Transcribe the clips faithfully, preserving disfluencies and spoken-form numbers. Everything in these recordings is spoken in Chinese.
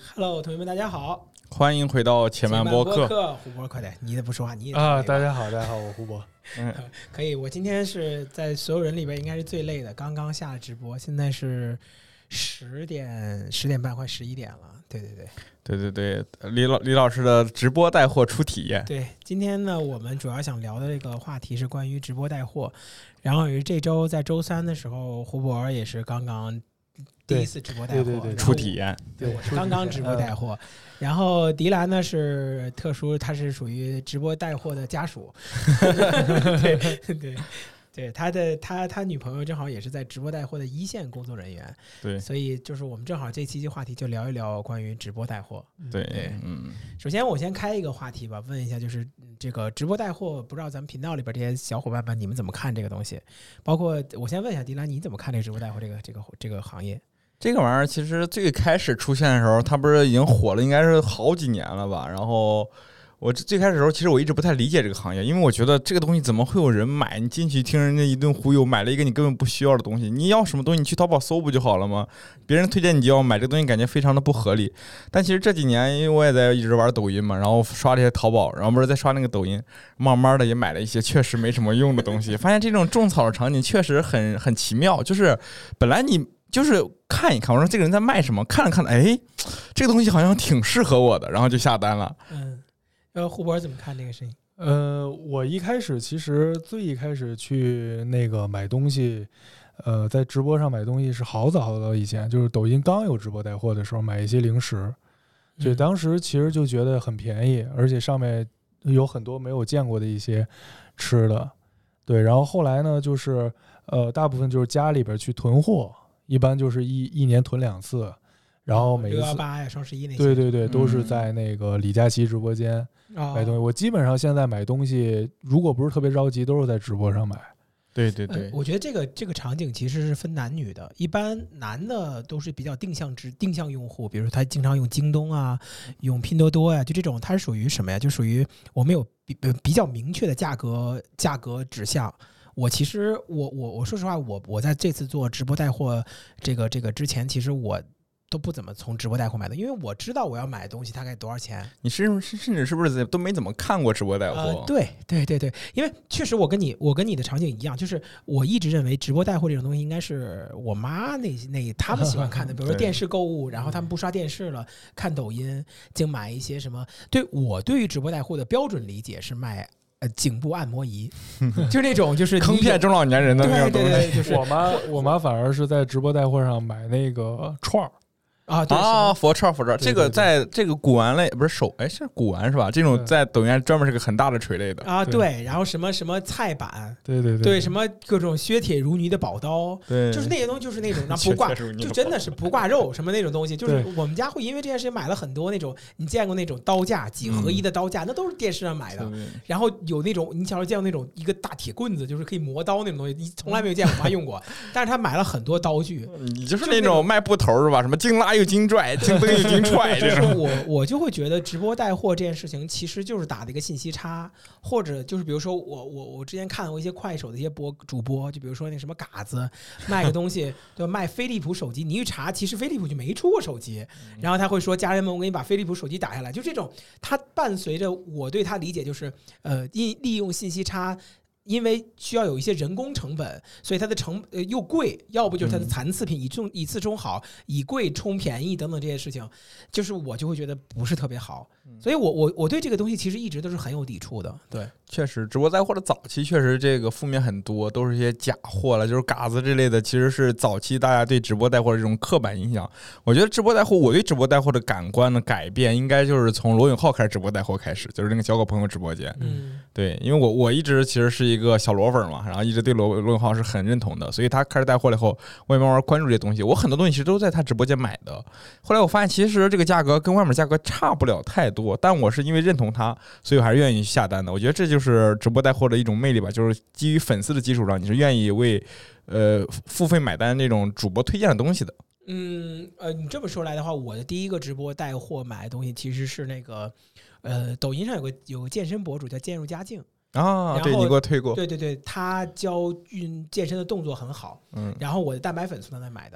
Hello， 同学们，大家好， 欢迎回到且慢播客。 胡博，快点，你也不说话，你也啊！大家好，大家好，我胡博。 嗯，可以。我今天是在所有人里边应该是最累的，刚刚下了直播，现在是十点十点半，快十一点了。对对对， 对对对，李老李老师的直播带货初体验。 对，今天呢，我们主要想聊的这个话题是关于直播带货。然后也是这周在周三的时候，胡博也是刚刚第一次直播带货， 对对对， 初体验。 对，我是刚刚直播带货。然后迪兰呢是特殊，他是属于直播带货的家属。对对对，他的他他女朋友正好也是在直播带货的一线工作人员。 对， 所以就是我们正好这期话题就聊一聊关于直播带货。 对， 对嗯， 首先我先开一个话题吧，问一下，就是这个直播带货，不知道咱们频道里边这些小伙伴们你们怎么看这个东西？包括我先问一下迪兰，你怎么看这个直播带货这个这个这个行业？ 这个玩意儿其实最开始出现的时候，它不是已经火了，应该是好几年了吧？然后我最开始的时候，其实我一直不太理解这个行业，因为我觉得这个东西怎么会有人买？你进去听人家一顿忽悠，买了一个你根本不需要的东西，你要什么东西你去淘宝搜不就好了吗？别人推荐你就要买，这个东西感觉非常的不合理。但其实这几年，因为我也在一直玩抖音嘛，然后刷这些淘宝，然后不是在刷那个抖音，慢慢的也买了一些确实没什么用的东西，发现这种种草的场景确实很很奇妙，就是本来你就是看一看，我说这个人在卖什么，看了看，哎，这个东西好像挺适合我的，然后就下单了。 嗯，呃，胡博怎么看这个事情？ 呃，我一开始其实最一开始去那个买东西，呃，在直播上买东西是好早好早以前，就是抖音刚有直播带货的时候，买一些零食，就当时其实就觉得很便宜，而且上面有很多没有见过的一些吃的，对。然后后来呢，就是呃，大部分就是家里边去囤货。一般就是一一年囤两次，然后每一次六一八呀、双十一那些， 对对对，都是在那个李佳琦直播间买东西。我基本上现在买东西，如果不是特别着急，都是在直播上买。 对对对、 呃，我觉得这个这个场景其实是分男女的，一般男的都是比较定向值定向用户，比如说他经常用京东啊，用拼多多呀、啊，就这种，它是属于什么呀？就属于我们有比比较明确的价格价格指向。我其实我我我说实话，我我在这次做直播带货这个这个之前，其实我都不怎么从直播带货买的，因为我知道我要买的东西大概多少钱。 你甚至甚至是不是都没怎么看过直播带货？ 呃、对对对对，因为确实我跟你我跟你的场景一样，就是我一直认为直播带货这种东西应该是我妈那那他们喜欢看的，比如说电视购物，然后他们不刷电视了，看抖音，净买一些什么。对我对于直播带货的标准理解是卖。呃，颈部按摩仪，就是那种就是坑骗中老年人的那种东西。 对对对，就是我妈，我妈反而是在直播带货上买那个串儿啊，对啊，佛串佛串，这个在这个古玩类不是手，哎，是古玩是吧？这种在抖音专门是个很大的垂类的啊，对。然后什么什么菜板， 对对对， 对什么各种削铁如泥的宝刀， 对， 就是那些东西，就是那种那不挂，就真的是不挂肉什么那种东西。就是我们家会因为这件事情买了很多那种，你见过那种刀架几合一的刀架，那都是电视上买的。然后有那种你小时候见过那种一个大铁棍子，就是可以磨刀那种东西，你从来没有见过，我妈用过。但是她买了很多刀具， 你就是那种卖布头是吧？什么精拉又精拽。已经踹这种， 我我就会觉得直播带货这件事情其实就是打的一个信息差，或者就是比如说我我我之前看过一些快手的一些播主播，就比如说那什么嘎子卖个东西，对吧？卖飞利浦手机，你一查其实飞利浦就没出过手机，然后他会说家人们，我给你把飞利浦手机打下来，就这种，它伴随着我对他理解就是呃利利用信息差。因为需要有一些人工成本，所以它的成呃又贵，要不就是它的残次品以中以次充好，以贵充便宜等等这些事情，就是我就会觉得不是特别好，所以我我我对这个东西其实一直都是很有抵触的。对， 确实，直播带货的早期确实这个负面很多，都是一些假货了，就是嘎子之类的，其实是早期大家对直播带货的这种刻板印象。我觉得直播带货，我对直播带货的感官的改变，应该就是从罗永浩开始直播带货开始，就是那个小狗朋友直播间。 嗯， 对，因为我我一直其实是一个小罗粉嘛，然后一直对罗罗永浩是很认同的，所以他开始带货了以后，我也慢慢关注这些东西。我很多东西其实都在他直播间买的。后来我发现，其实这个价格跟外面价格差不了太多，但我是因为认同他，所以我还是愿意下单的。我觉得这就是直播带货的一种魅力吧，就是基于粉丝的基础上，你是愿意为呃付费买单那种主播推荐的东西的。 嗯，呃，你这么说来的话，我的第一个直播带货买的东西其实是那个，呃，抖音上有个有个健身博主叫渐入佳境。 啊，对，你给我推过。 对对对，他教运健身的动作很好，嗯，然后我的蛋白粉从他那买的。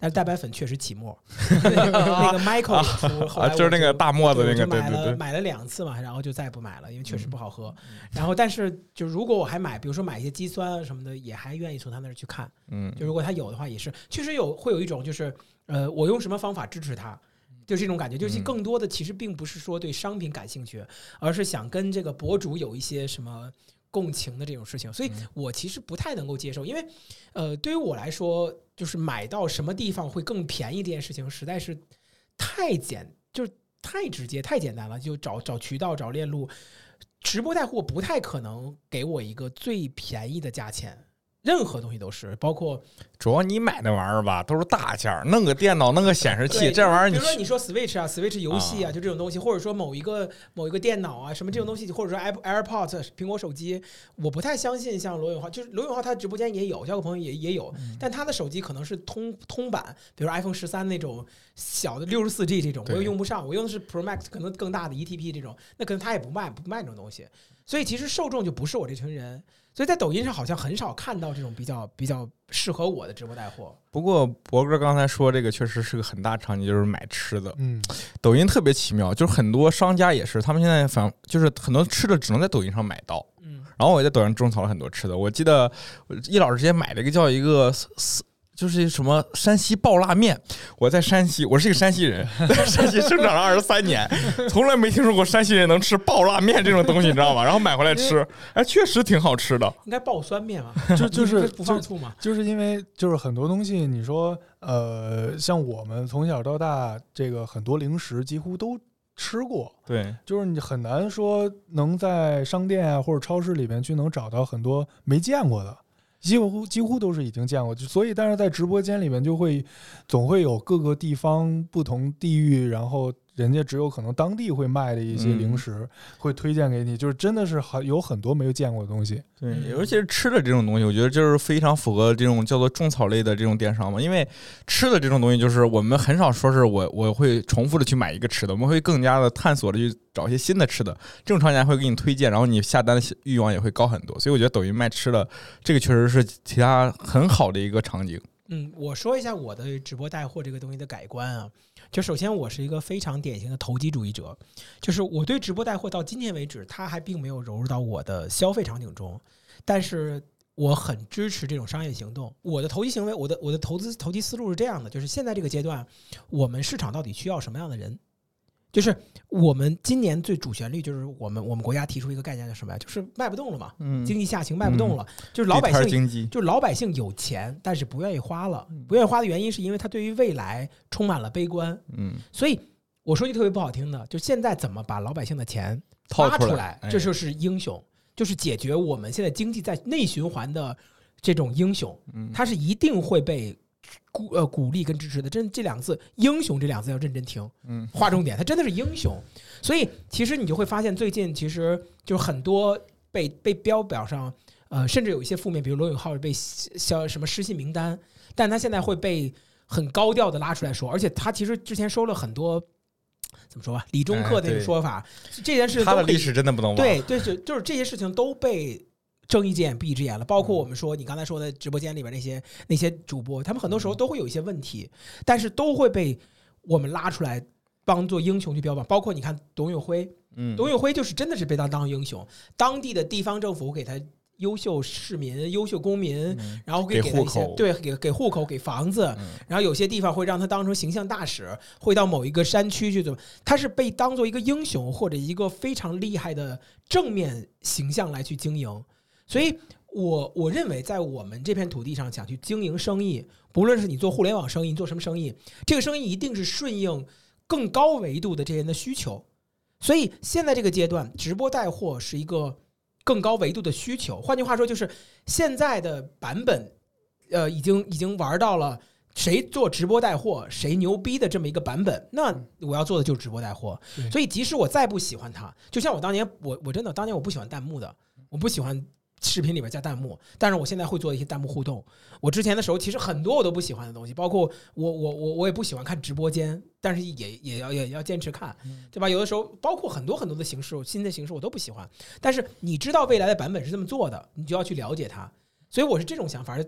但是蛋白粉确实起沫。那个 Michael 出后来就是那个大沫子那个， 对对对对， 买了两次嘛，然后就再也不买了，因为确实不好喝。然后但是就如果我还买，比如说买一些肌酸什么的，也还愿意从他那儿去看。 嗯， 就如果他有的话，也是确实有会有一种就是呃，我用什么方法支持他。就这种感觉，就是更多的其实并不是说对商品感兴趣，而是想跟这个博主有一些什么共情的这种事情，所以我其实不太能够接受，因为呃，对于我来说，就是买到什么地方会更便宜这件事情，实在是太简，就是太直接、太简单了，就找找渠道、找链路，直播带货不太可能给我一个最便宜的价钱。任何东西都是，包括主要你买那玩意儿吧，都是大件儿，弄个电脑，弄个显示器，这玩意儿你， 比如说你说 Switch 啊 ，Switch 游戏啊，就这种东西，或者说某一个某一个电脑啊，什么这种东西，或者说 AirPods 苹果手机，我不太相信像罗永浩，就是罗永浩他直播间也有，交个朋友也也有，但他的手机可能是通通版，比如 iPhone 十三那种小的六十四 G 这种，我又用不上，我用的是 Pro Max 可能更大的 E T P 这种，那可能他也不卖不卖这种东西，所以其实受众就不是我这群人。所以在抖音上好像很少看到这种比较比较适合我的直播带货。 不过博哥刚才说这个确实是个很大场景，就是买吃的。 嗯， 抖音特别奇妙，就是很多商家也是，他们现在反就是很多吃的只能在抖音上买到。 嗯， 然后我也在抖音种草了很多吃的。我记得易老师之前买了一个叫一个就是什么山西爆辣面，我在山西，我是一个山西人，在山西生长了二十三年，从来没听说过山西人能吃爆辣面这种东西，你知道吗？然后买回来吃，哎，确实挺好吃的。 应该爆酸面嘛， 就就是不放醋嘛， 就是因为就是很多东西，你说呃，像我们从小到大，这个很多零食几乎都吃过， 对， 就是你很难说能在商店啊或者超市里面去能找到很多没见过的。几乎几乎都是已经见过，所以但是在直播间里面就会总会有各个地方不同地域，然后人家只有可能当地会卖的一些零食、嗯、会推荐给你，就是真的是很有很多没有见过的东西。 对，尤其是吃的这种东西，我觉得就是非常符合这种叫做种草类的这种电商嘛。因为吃的这种东西，就是我们很少说是我我会重复的去买一个吃的，我们会更加的探索的去找一些新的吃的。这种商家会给你推荐，然后你下单的欲望也会高很多。所以我觉得抖音卖吃的这个确实是其他很好的一个场景。 嗯，我说一下我的直播带货这个东西的改观啊。就首先我是一个非常典型的投机主义者，就是我对直播带货到今天为止，它还并没有融入到我的消费场景中，但是我很支持这种商业行动。我的投机行为，我的我的投资投机思路是这样的，就是现在这个阶段，我们市场到底需要什么样的人？就是我们今年最主旋律就是我们我们国家提出一个概念叫什么呀？就是卖不动了嘛，嗯，经济下行卖不动了，嗯、就是老百姓就是老百姓有钱，但是不愿意花了。不愿意花的原因是因为他对于未来充满了悲观，嗯，所以我说句特别不好听的，就现在怎么把老百姓的钱花出来，这就是英雄，就是解决我们现在经济在内循环的这种英雄，他是一定会被。鼓呃鼓励跟支持的，真这两个字“英雄”这两个字要认真听，嗯，划重点，他真的是英雄。所以其实你就会发现，最近其实就是很多被被标表上，呃，甚至有一些负面，比如罗永浩被消什么失信名单，但他现在会被很高调的拉出来说，而且他其实之前说了很多。怎么说吧，李中克那种说法，哎、这件事他的历史真的不能忘。 对对，就就是这些事情都被。睁一只眼闭一只眼了，包括我们说你刚才说的直播间里边那些那些主播，他们很多时候都会有一些问题，但是都会被我们拉出来帮做英雄去标榜。包括你看董宇辉，嗯，董宇辉就是真的是被他当英雄，当地的地方政府给他优秀市民、优秀公民，嗯、然后给给户口， 对，给给户口、给房子，嗯、然后有些地方会让他当成形象大使，会到某一个山区去怎么，他是被当做一个英雄或者一个非常厉害的正面形象来去经营。所以我我认为在我们这片土地上想去经营生意，不论是你做互联网生意，你做什么生意，这个生意一定是顺应更高维度的这些人的需求。所以现在这个阶段，直播带货是一个更高维度的需求。换句话说，就是现在的版本，呃，已经已经玩到了谁做直播带货谁牛逼的这么一个版本。那我要做的就是直播带货。所以即使我再不喜欢它，就像我当年，我我真的当年我不喜欢弹幕的，我不喜欢。视频里边加弹幕，但是我现在会做一些弹幕互动。我之前的时候其实很多我都不喜欢的东西，包括我我我我也不喜欢看直播间，但是也也要也要坚持看，对吧？有的时候包括很多很多的形式，新的形式我都不喜欢。但是你知道未来的版本是这么做的，你就要去了解它。所以我是这种想法。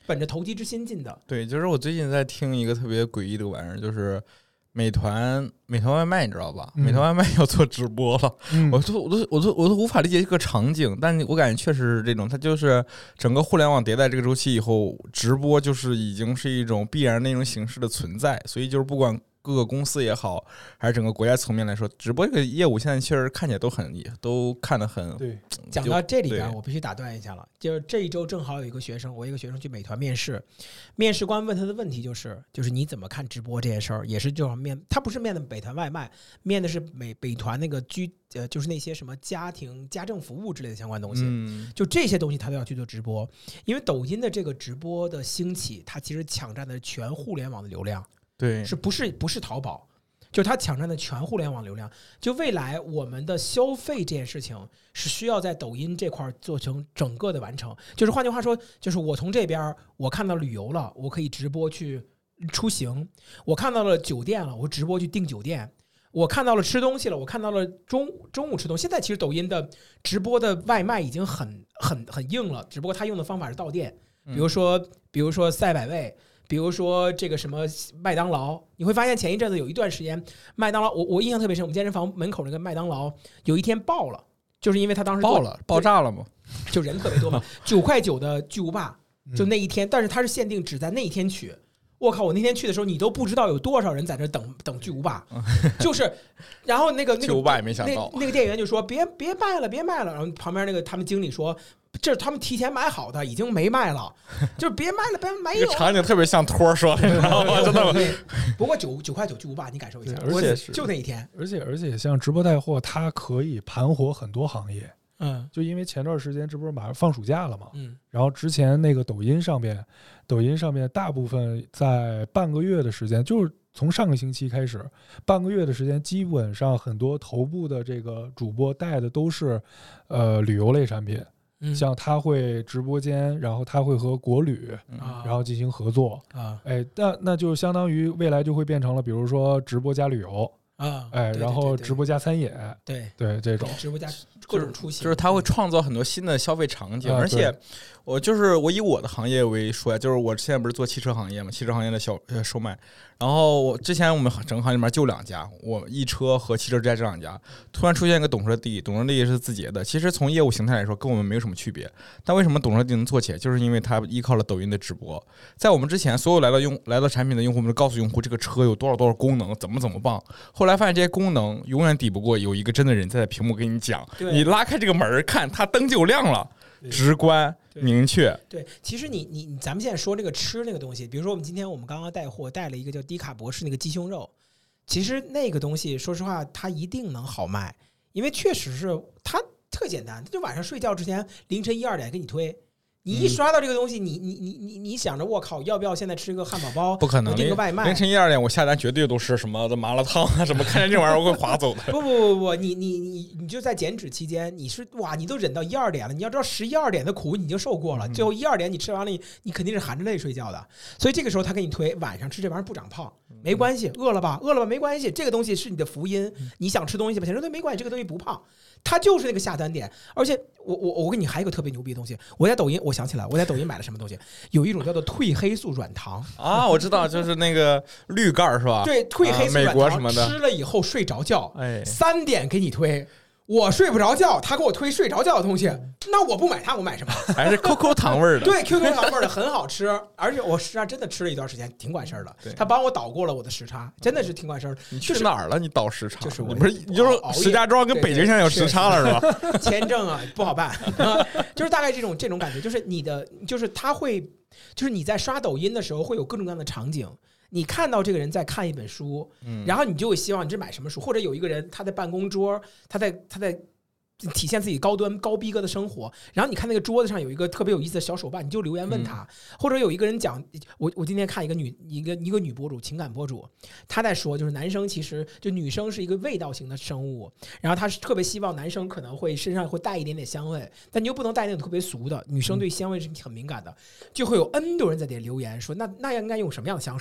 本着投机之心进的。 对，就是我最近在听一个特别诡异的玩意儿，就是美团美团外卖，你知道吧？ 嗯、 美团外卖要做直播了， 嗯、 我都我都我都我都无法理解这个场景，但我感觉确实是这种，它就是整个互联网迭代这个周期以后，直播就是已经是一种必然的一种形式的存在，所以就是不管各个公司也好，还是整个国家层面来说，直播这个业务现在确实看起来都很都看得很。 对， 讲到这里边，我必须打断一下了。就是这一周正好有一个学生，我一个学生去美团面试，面试官问他的问题就是，就是你怎么看直播这件事儿？也是这种面，他不是面的美团外卖，面的是美美团那个居呃，就是那些什么家庭家政服务之类的相关东西。 嗯， 就这些东西他都要去做直播，因为抖音的这个直播的兴起，它其实抢占的是全互联网的流量。 对， 是不是不是淘宝？就是它抢占的全互联网流量。就未来我们的消费这件事情是需要在抖音这块做成整个的完成。就是换句话说，就是我从这边我看到旅游了，我可以直播去出行；我看到了酒店了，我直播去订酒店；我看到了吃东西了，我看到了中中午吃东西。现在其实抖音的直播的外卖已经很很很硬了，只不过它用的方法是到店，比如说比如说赛百味。比如说这个什么麦当劳，你会发现前一阵子有一段时间，麦当劳我我印象特别深，我们健身房门口那个麦当劳有一天爆了，就是因为他当时爆了，爆炸了嘛， 就人特别多嘛，九块九的巨无霸，就那一天，但是它是限定只在那一天取。我靠！我那天去的时候，你都不知道有多少人在这等等巨无霸，就是，然后那个那个巨无霸也没想到， 那那个店员就说别别卖了，别卖了。然后旁边那个他们经理说，这是他们提前买好的，已经没卖了，就是别卖了，别没有。 这个场景特别像托说的，你知道吗？真的。 不过九九块九巨无霸，你感受一下， 而且就那一天， 而且而且像直播带货，它可以盘活很多行业。 嗯， 就因为前段时间这不是马上放暑假了嘛， 嗯， 然后之前那个抖音上面，抖音上面大部分在半个月的时间，就是从上个星期开始，半个月的时间，基本上很多头部的这个主播带的都是，呃，旅游类产品， 嗯， 像他会直播间，然后他会和国旅， 嗯、 然后进行合作啊， 哎，那那就相当于未来就会变成了，比如说直播加旅游。 啊， 哎，然后直播加餐饮， 对对这种直播加各种出行， 就是它会创造很多新的消费场景， 啊、 而且我就是我以我的行业为说呀，就是我现在不是做汽车行业嘛，汽车行业的销呃售卖，然后我之前我们整个行业里面就两家，我易车和汽车之家这两家，突然出现一个懂车帝，懂车帝是字节的，其实从业务形态来说跟我们没有什么区别，但为什么懂车帝能做起来，就是因为它依靠了抖音的直播，在我们之前，所有来到用来到产品的用户，我们告诉用户这个车有多少多少功能，怎么怎么棒，后来发现这些功能永远抵不过有一个真的人在屏幕给你讲，你拉开这个门看，它灯就亮了，直观明确。 对，其实你你咱们现在说这个吃那个东西，比如说我们今天我们刚刚带货带了一个叫迪卡博士那个鸡胸肉，其实那个东西说实话它一定能好卖，因为确实是它特简单，它就晚上睡觉之前凌晨一二点给你推。你一刷到这个东西，你你你你你想着我靠，要不要现在吃个汉堡包？ 不可能， 订个外卖。 凌晨一二点我下单绝对都是什么的麻辣烫啊，什么看见这玩意儿我会划走的。 不不不不，你你你你就在减脂期间，你是哇，你都忍到一二点了，你要知道十一二点的苦你已经受过了，最后一二点你吃完了，你你肯定是含着泪睡觉的。所以这个时候他给你推晚上吃这玩意儿不长胖，没关系，饿了吧饿了吧没关系，这个东西是你的福音，你想吃东西吧，想说对没关系，这个东西不胖。它就是那个下单点，而且我我我跟你还有一个特别牛逼的东西，我在抖音我想起来，我在抖音买了什么东西，有一种叫做褪黑素软糖啊，我知道，就是那个绿盖是吧？ 对，褪黑素软糖、 啊、美国什么的， 吃了以后睡着觉， 哎， 三点给你推。我睡不着觉，他给我推睡着觉的东西，那我不买它，我买什么？ 还是 Q Q 糖味儿的？ 对 ，Q Q 糖味儿的很好吃，而且我实际上真的吃了一段时间，挺管事儿的。他帮我倒过了我的时差，真的是挺管事儿的。 你去哪儿了？你倒时差？ 就是你不是，你就是石家庄跟北京现在有时差了是吧？ 签证啊不好办，就是大概这种这种感觉，就是你的，就是他会，就是你在刷抖音的时候会有各种各样的场景。你看到这个人在看一本书， 嗯、 然后你就会希望你这买什么书，或者有一个人他在办公桌，他在他在体现自己高端高逼格的生活，然后你看那个桌子上有一个特别有意思的小手办，你就留言问他，嗯、或者有一个人讲，我我今天看一个女一个一个女博主情感博主，她在说就是男生其实就女生是一个味道型的生物，然后她是特别希望男生可能会身上会带一点点香味，但你又不能带那种特别俗的，女生对香味是很敏感的，就会有 N 多人在底下留言说那那应该用什么样的香水。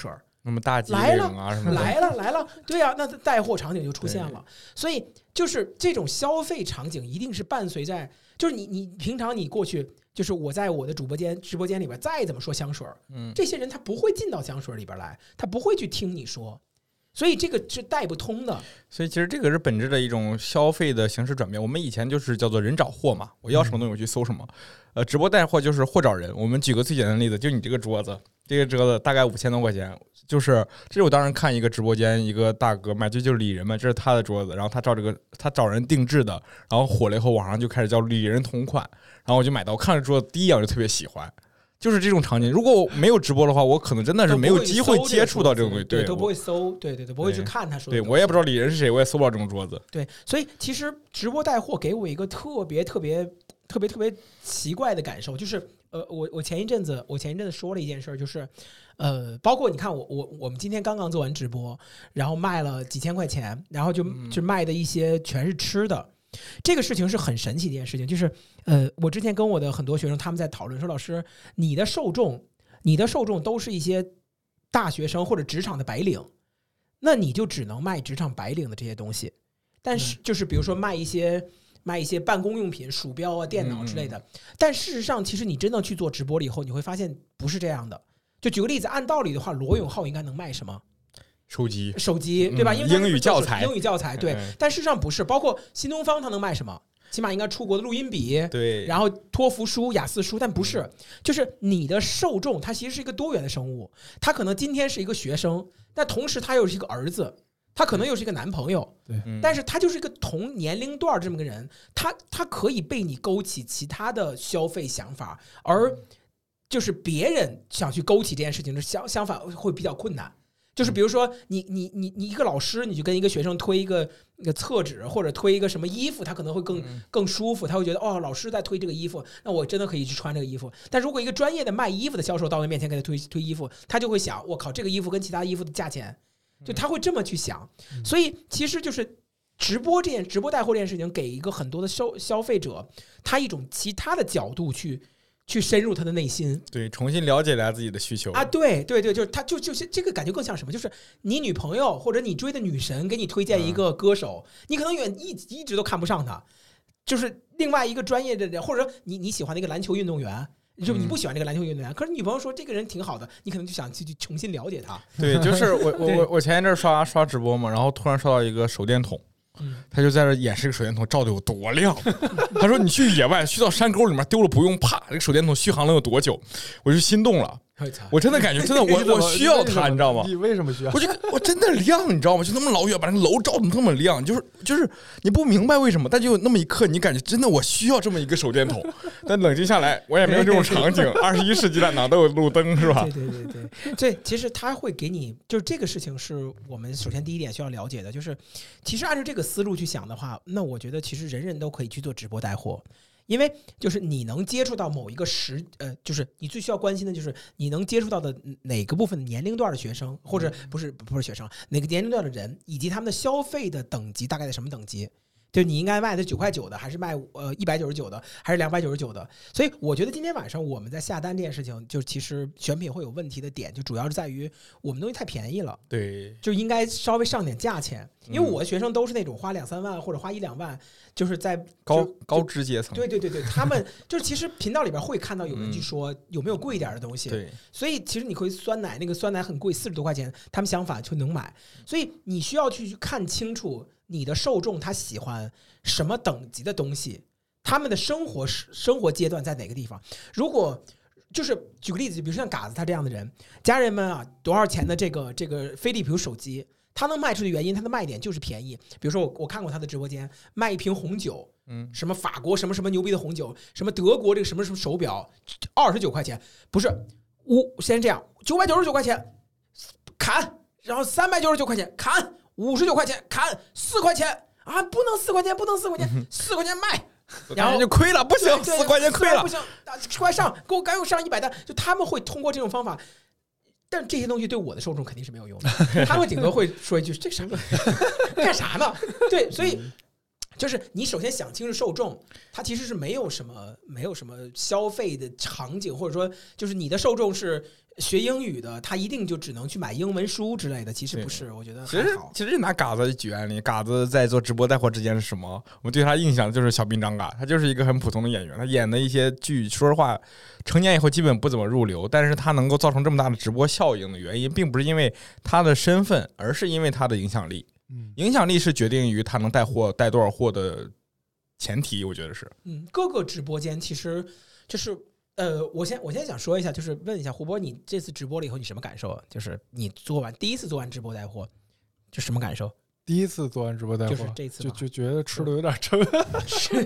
那么大吉来了啊什么的， 来了来了，对啊，那带货场景就出现了。所以就是这种消费场景一定是伴随在，就是你你平常你过去，就是我在我的主播间直播间里边再怎么说香水，嗯，这些人他不会进到香水里边来，他不会去听你说。所以这个是带不通的， 所以其实这个是本质的一种消费的形式转变。我们以前就是叫做人找货嘛，我要什么东西我去搜什么。呃，直播带货就是货找人。我们举个最简单的例子，就你这个桌子，这个桌子大概五千多块钱，就是这是我当时看一个直播间一个大哥卖，这就是李人嘛，这是他的桌子，然后他照这个他找人定制的，然后火了以后网上就开始叫李人同款，然后我就买到，我看了桌子第一眼我就特别喜欢。就是这种场景，如果我没有直播的话，我可能真的是没有机会接触到这种东西， 对，都不会搜，对对对，不会去看他说的。 对，我也不知道李人是谁，我也搜不到这种桌子。 对，所以其实直播带货给我一个特别特别特别特别奇怪的感受，就是呃，我我前一阵子我前一阵子说了一件事，就是呃，包括你看我我我们今天刚刚做完直播，然后卖了几千块钱，然后就就卖的一些全是吃的。这个事情是很神奇的一件事情，就是呃，我之前跟我的很多学生他们在讨论说，老师，你的受众，你的受众都是一些大学生或者职场的白领，那你就只能卖职场白领的这些东西。但是就是比如说卖一些卖一些办公用品、鼠标啊、电脑之类的。但事实上，其实你真正去做直播了以后，你会发现不是这样的。就举个例子，按道理的话，罗永浩应该能卖什么？ 手机， 手机对吧？ 嗯、 因为英语教材， 英语教材对。但事实上不是，包括新东方，它能卖什么？起码应该出国的录音笔， 对， 然后托福书、雅思书，但不是，就是你的受众，它其实是一个多元的生物。他可能今天是一个学生，但同时他又是一个儿子，他可能又是一个男朋友， 对， 但是他就是一个同年龄段这么个人，他他可以被你勾起其他的消费想法，而就是别人想去勾起这件事情的相相反会比较困难。就是比如说你你你你一个老师，你就跟一个学生推一个一个厕纸或者推一个什么衣服，他可能会更更舒服，他会觉得哦，老师在推这个衣服，那我真的可以去穿这个衣服。但如果一个专业的卖衣服的销售到他面前给他推推衣服，他就会想，我靠，这个衣服跟其他衣服的价钱，就他会这么去想。所以其实就是直播这件直播带货这件事情，给一个很多的消消费者他一种其他的角度去。去深入他的内心， 对，重新了解了自己的需求啊，对对对，就是他就就是这个感觉更像什么？就是你女朋友或者你追的女神给你推荐一个歌手，嗯、你可能远一一直都看不上他，就是另外一个专业的人，或者说你你喜欢的一个篮球运动员。就你不喜欢这个篮球运动员，嗯、可是女朋友说这个人挺好的，你可能就想去去重新了解他。 对，就是我我我我前一阵刷刷直播嘛，然后突然刷到一个手电筒。他就在这演示个手电筒照的有多亮。他说你去野外去到山沟里面丢了不用怕，这个手电筒续航能有多久？我就心动了。我真的感觉真的我我需要它，你知道吗？ 你为什么需要？ 我就我真的亮，你知道吗？就那么老远把那个楼照的那么亮，就是就是你不明白为什么，但就有那么一刻，你感觉真的我需要这么一个手电筒。但冷静下来，我也没有这种场景。二十一世纪的哪都有路灯，是吧？ 对对对对，所以其实他会给你，就是这个事情是我们首先第一点需要了解的，就是其实按照这个思路去想的话，那我觉得其实人人都可以去做直播带货。因为就是你能接触到某一个时呃，就是你最需要关心的就是你能接触到的哪个部分年龄段的学生，或者不是不是学生，哪个年龄段的人，以及他们的消费的等级大概在什么等级？就你应该卖的九块九的，还是卖呃一百九十九的，还是两百九十九的？所以我觉得今天晚上我们在下单这件事情，就其实选品会有问题的点，就主要是在于我们东西太便宜了， 对， 就应该稍微上点价钱。因为我的学生都是那种花两三万或者花一两万，就是在高高知阶层。 对对对对，他们就是其实频道里边会看到有人去说有没有贵一点的东西， 对， 所以其实你可以酸奶那个酸奶很贵，四十多块钱，他们相反就能买，所以你需要去看清楚你的受众他喜欢什么等级的东西，他们的生活生活阶段在哪个地方。如果就是举个例子，比如像嘎子他这样的人，家人们啊，多少钱的这个这个飞利浦手机？他能卖出的原因，他的卖点就是便宜。比如说我我看过他的直播间，卖一瓶红酒，嗯，什么法国什么什么牛逼的红酒，什么德国这个什么什么手表，二十九块钱，不是，五先这样，九百九十九块钱砍，然后三百九十九块钱砍，五十九块钱砍，四块钱啊，不能四块钱，不能四块钱，四块钱卖。然后就亏了，不行，四块钱亏了， 不行，快上，给我赶紧上一百单。就他们会通过这种方法。但这些东西对我的受众肯定是没有用的，他们顶多会说一句：“这啥干啥呢？”对，所以就是你首先想清楚受众，它其实是没有什么没有什么消费的场景，或者说就是你的受众是学英语的，他一定就只能去买英文书之类的。其实不是，我觉得其实其实拿嘎子举案例，嘎子在做直播带货之前是什么？我对他印象就是小兵张嘎，他就是一个很普通的演员，他演的一些剧，说实话，成年以后基本不怎么入流，但是他能够造成这么大的直播效应的原因，并不是因为他的身份，而是因为他的影响力。影响力是决定于他能带货带多少货的前提，我觉得是。 嗯，各个直播间其实就是呃，我先我先想说一下，就是问一下胡波，你这次直播了以后你什么感受？就是你做完第一次做完直播带货，就什么感受？ 第一次做完直播带货， 就是这次就就觉得吃的有点撑。 是，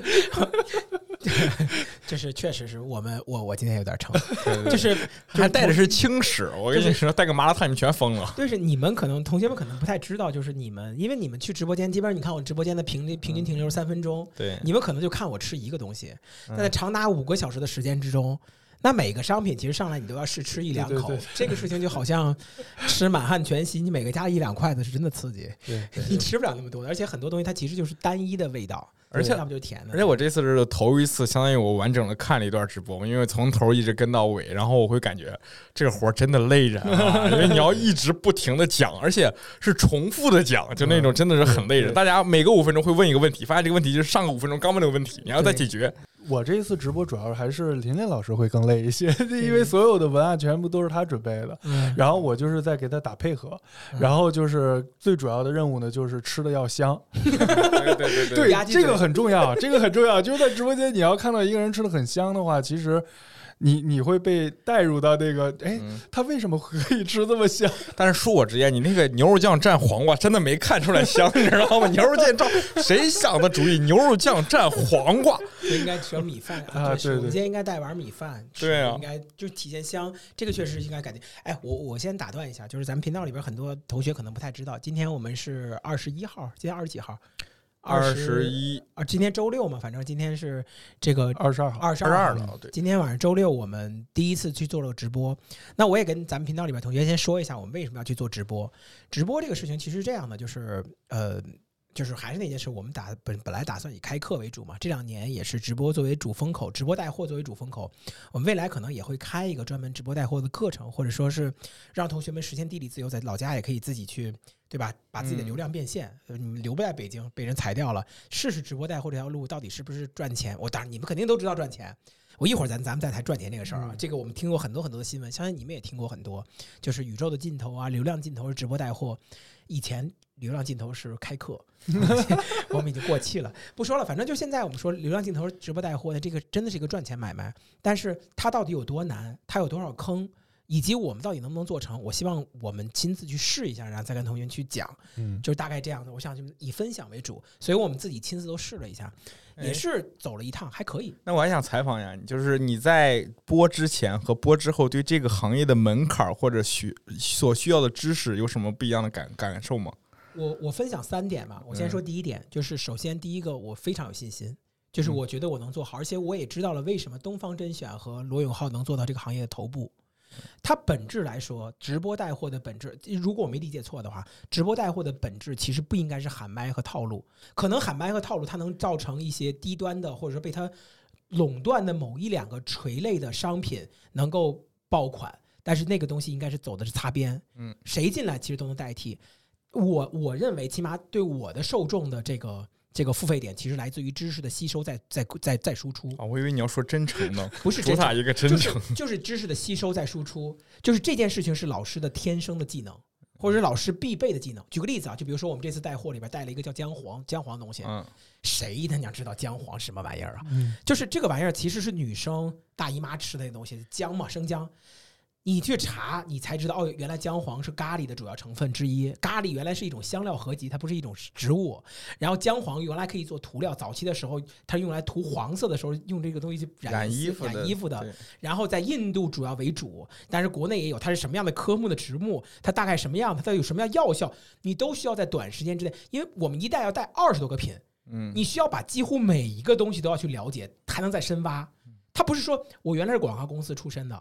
就是确实是我们我我今天有点撑，就是还带的是轻食，我跟你说，带个麻辣烫你们全疯了。 就是你们可能同学们可能不太知道，就是你们因为你们去直播间，基本上你看我直播间的平平均停留三分钟， 对， 你们可能就看我吃一个东西，但在长达五个小时的时间之中。那每个商品其实上来你都要试吃一两口， 对对对， 这个事情就好像吃满汉全席，你每个加一两筷子是真的刺激， 对对对， 你吃不了那么多的，而且很多东西它其实就是单一的味道， 而且要不就是甜的。 而且我这次是头一次，相当于我完整的看了一段直播，因为从头一直跟到尾，然后我会感觉这个活真的累人啊，因为你要一直不停的讲，而且是重复的讲，就那种真的是很累人。大家每个五分钟会问一个问题，发现这个问题就是上个五分钟刚问那个问题，你要再解决。 我这一次直播主要还是琳琳老师会更累一些，因为所有的文案全部都是他准备的， 嗯、 然后我就是在给他打配合，嗯、然后就是最主要的任务呢，就是吃的要香。 对对对对，对这个很重要，这个很重要。就是在直播间，你要看到一个人吃的很香的话，其实。你你会被带入到那个，哎，他为什么可以吃这么香？ 但是恕我直言，你那个牛肉酱蘸黄瓜真的没看出来香，你知道吗？牛肉酱蘸谁想的主意？牛肉酱蘸黄瓜， 应该吃米饭啊！对对， 我们今天应该带碗米饭， 对啊， 应该就体现香，这个确实应该改进。哎，我我先打断一下，就是咱们频道里边很多同学可能不太知道，今天我们是二十一号，今天二十几号？ 二十一啊，今天周六嘛，反正今天是这个二十二号， 二十二了。对，今天晚上周六，我们第一次去做了直播。那我也跟咱们频道里边同学先说一下，我们为什么要去做直播。直播这个事情其实是这样的，就是呃，就是还是那件事，我们打本本来打算以开课为主嘛，这两年也是直播作为主风口，直播带货作为主风口。我们未来可能也会开一个专门直播带货的课程，或者说是让同学们实现地理自由，在老家也可以自己去。对吧？把自己的流量变现，嗯、你们留不在北京，被人裁掉了，试试直播带货这条路到底是不是赚钱？我当然你们肯定都知道赚钱。我一会儿咱咱们再谈赚钱这个事儿啊，嗯、这个我们听过很多很多的新闻，相信你们也听过很多，就是宇宙的尽头啊，流量尽头是直播带货。以前流量尽头是开课，我们已经过气了，不说了。反正就现在我们说流量尽头直播带货的这个真的是一个赚钱买卖，但是它到底有多难？它有多少坑？以及我们到底能不能做成？我希望我们亲自去试一下，然后再跟同学去讲，嗯，就是大概这样的。我想就以分享为主，所以我们自己亲自都试了一下，也是走了一趟，还可以。 那我还想采访一下，就是你在播之前和播之后，对这个行业的门槛或者需所需要的知识有什么不一样的感感受吗？ 我我分享三点吧。我先说第一点，嗯、就是首先第一个，我非常有信心。就是我觉得我能做好，而且我也知道了为什么东方甄选和罗永浩能做到这个行业的头部。它本质来说，直播带货的本质，如果我没理解错的话，直播带货的本质其实不应该是喊麦和套路。可能喊麦和套路它能造成一些低端的，或者说被它垄断的某一两个垂类的商品能够爆款，但是那个东西应该是走的是擦边。嗯，谁进来其实都能代替。我我认为，起码对我的受众的这个。这个付费点其实来自于知识的吸收再，再再再再输出啊！我以为你要说真诚呢， 不是主打一个真诚， 就是、就是知识的吸收再输出，就是这件事情是老师的天生的技能，或者是老师必备的技能。举个例子啊，就比如说我们这次带货里边带了一个叫姜黄，姜黄的东西，嗯，谁他娘知道姜黄什么玩意儿啊？嗯，就是这个玩意儿其实是女生大姨妈吃的那东西，姜嘛，生姜。你去查，你才知道哦，原来姜黄是咖喱的主要成分之一。咖喱原来是一种香料合集，它不是一种植物。然后姜黄原来可以做涂料，早期的时候它用来涂黄色的时候，用这个东西去染, 染衣服染衣服的。然后在印度主要为主，但是国内也有。它是什么样的科目的植物？它大概什么样？它有什么样药效？你都需要在短时间之内，因为我们一带要带二十多个品，嗯，你需要把几乎每一个东西都要去了解，才能再深挖。它不是说我原来是广告公司出身的。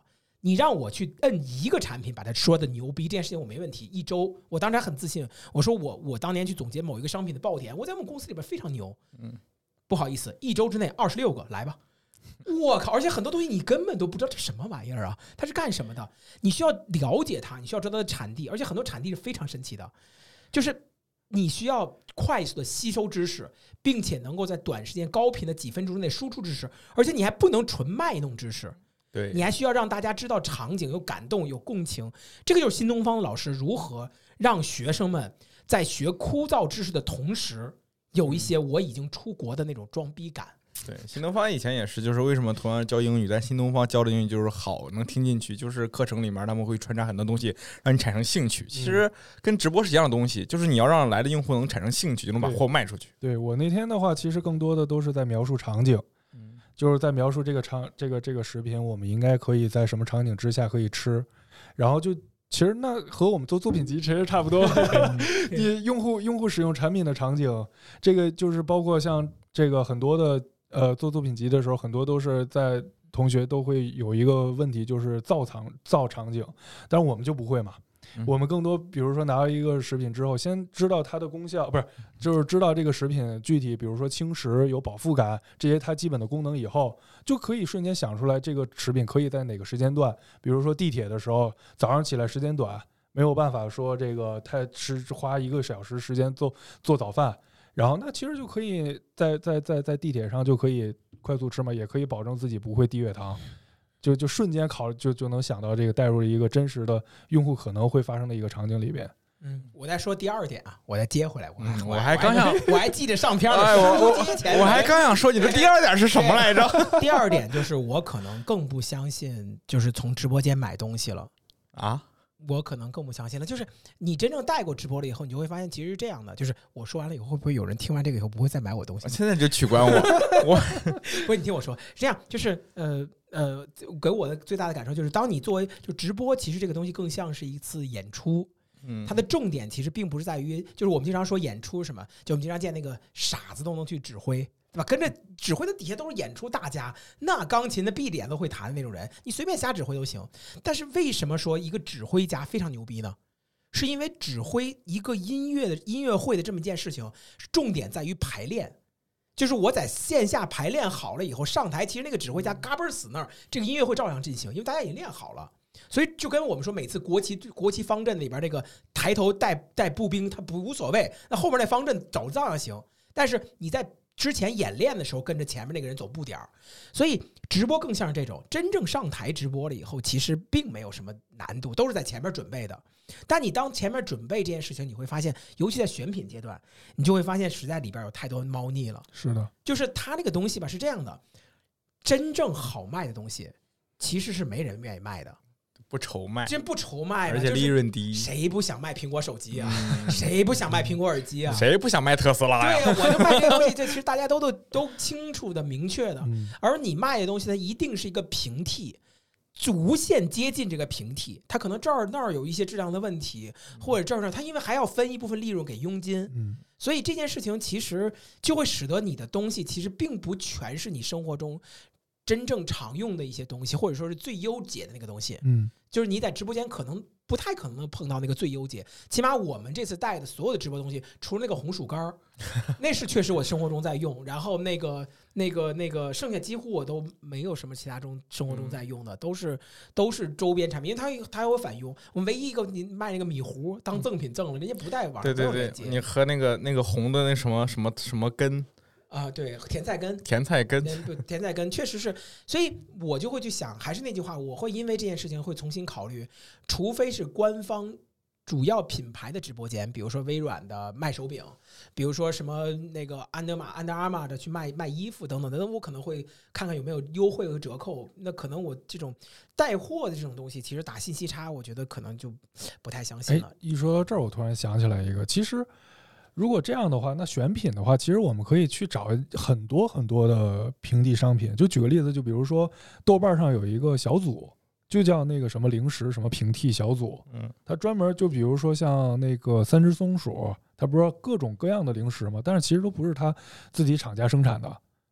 你让我去摁一个产品把它说的牛逼，这件事情我没问题。一周，我当时还很自信，我说我我当年去总结某一个商品的爆点，我在我们公司里边非常牛。嗯，不好意思，一周之内二十六个，来吧。我靠！而且很多东西你根本都不知道这什么玩意儿啊，它是干什么的？你需要了解它，你需要知道它的产地，而且很多产地是非常神奇的，就是你需要快速的吸收知识，并且能够在短时间高频的几分钟之内输出知识，而且你还不能纯卖弄知识， 对， 你还需要让大家知道场景，有感动，有共情。这个就是新东方的老师如何让学生们在学枯燥知识的同时，有一些我已经出国的那种装逼感。 对，新东方以前也是，就是为什么同样教英语，但新东方教的英语就是好，能听进去，就是课程里面他们会穿插很多东西，让你产生兴趣。其实跟直播是一样的东西，就是你要让来的用户能产生兴趣，就能把货卖出去。 对，对我那天的话，其实更多的都是在描述场景，嗯，就是在描述这个场这个这个食品，我们应该可以在什么场景之下可以吃，然后就。其实那和我们做作品集其实差不多，你用户用户使用产品的场景，这个就是包括像这个很多的呃做作品集的时候，很多都是在同学都会有一个问题，就是造场造场景，但是我们就不会嘛。我们更多，比如说拿到一个食品之后，先知道它的功效，不是，就是知道这个食品具体，比如说轻食、有饱腹感这些它基本的功能以后，就可以瞬间想出来这个食品可以在哪个时间段，比如说地铁的时候，早上起来时间短，没有办法说这个太吃花一个小时时间做做早饭，然后那其实就可以在在在在地铁上就可以快速吃嘛，也可以保证自己不会低血糖。就就瞬间考就就能想到这个带入一个真实的用户可能会发生的一个场景里边。 嗯，我再说第二点啊，我再接回来。我、 嗯、 我还刚想， 我还记着上片的哎，我我我还刚想说，你这第二点是什么来着？ 第二点就是我可能更不相信，就是从直播间买东西了啊。 我可能更不相信了，就是你真正带过直播了以后，你就会发现其实是这样的，就是我说完了以后，会不会有人听完这个以后不会再买我东西？ 现在就取关我，我不是你听我说，是这样，就是呃呃，给我的最大的感受就是，当你作为就直播，其实这个东西更像是一次演出。它的重点其实并不是在于，就是我们经常说演出什么，就我们经常见那个傻子都能去指挥，对吧？跟着指挥的底下都是演出大家，那钢琴的闭着眼都会弹的那种人，你随便瞎指挥都行。但是为什么说一个指挥家非常牛逼呢？是因为指挥一个音乐的音乐会的这么一件事情，重点在于排练。就是我在线下排练好了以后上台，其实那个指挥家嘎嘣死那儿，这个音乐会照样进行，因为大家已经练好了。所以就跟我们说，每次国旗国旗方阵里边那个抬头带带步兵，他不无所谓，那后面那方阵走照样行。但是你在之前演练的时候，跟着前面那个人走步点儿。所以直播更像是这种，真正上台直播了以后，其实并没有什么难度，都是在前面准备的。但你当前面准备这件事情，你会发现，尤其在选品阶段，你就会发现实在里边有太多猫腻了。 是的， 就是他那个东西吧，是这样的，真正好卖的东西，其实是没人愿意卖的。 不愁卖， 真不愁卖， 而且利润低。 就是、谁不想卖苹果手机啊？嗯、谁不想卖苹果耳机啊？ 谁不想卖特斯拉呀？ 对呀、啊，我就卖这个东西，这其实大家都都都清楚的、明确的。 嗯、 而你卖的东西，它一定是一个平替，无限接近这个平替。它可能这儿那儿有一些质量的问题，或者这儿那儿，它因为还要分一部分利润给佣金。 嗯， 所以这件事情其实就会使得你的东西其实并不全是你生活中真正常用的一些东西，或者说是最优解的那个东西。 嗯， 就是你在直播间可能不太可能碰到那个最优解，起码我们这次带的所有的直播东西，除了那个红薯干那是确实我生活中在用，然后那个那个那个剩下几乎我都没有什么其他中生活中在用的，都是都是周边产品，因为它它有反用。我们唯一一个你卖那个米糊当赠品赠了，人家不带玩。 对对对，你喝那个那个红的那什么什么什么根。 啊，对，甜菜根， 甜菜根， 甜菜根，确实是，所以我就会去想，还是那句话，我会因为这件事情会重新考虑，除非是官方主要品牌的直播间，比如说微软的卖手柄，比如说什么那个安德玛、安德阿玛的去卖卖衣服等等的，那我可能会看看有没有优惠和折扣。那可能我这种带货的这种东西，其实打信息差，我觉得可能就不太相信了。 一说到这儿，我突然想起来一个，其实。如果这样的话，那选品的话，其实我们可以去找很多很多的平替商品。就举个例子，就比如说豆瓣上有一个小组，就叫那个什么零食什么平替小组。 嗯， 它专门就比如说像那个三只松鼠，它不是各种各样的零食吗？但是其实都不是它自己厂家生产的，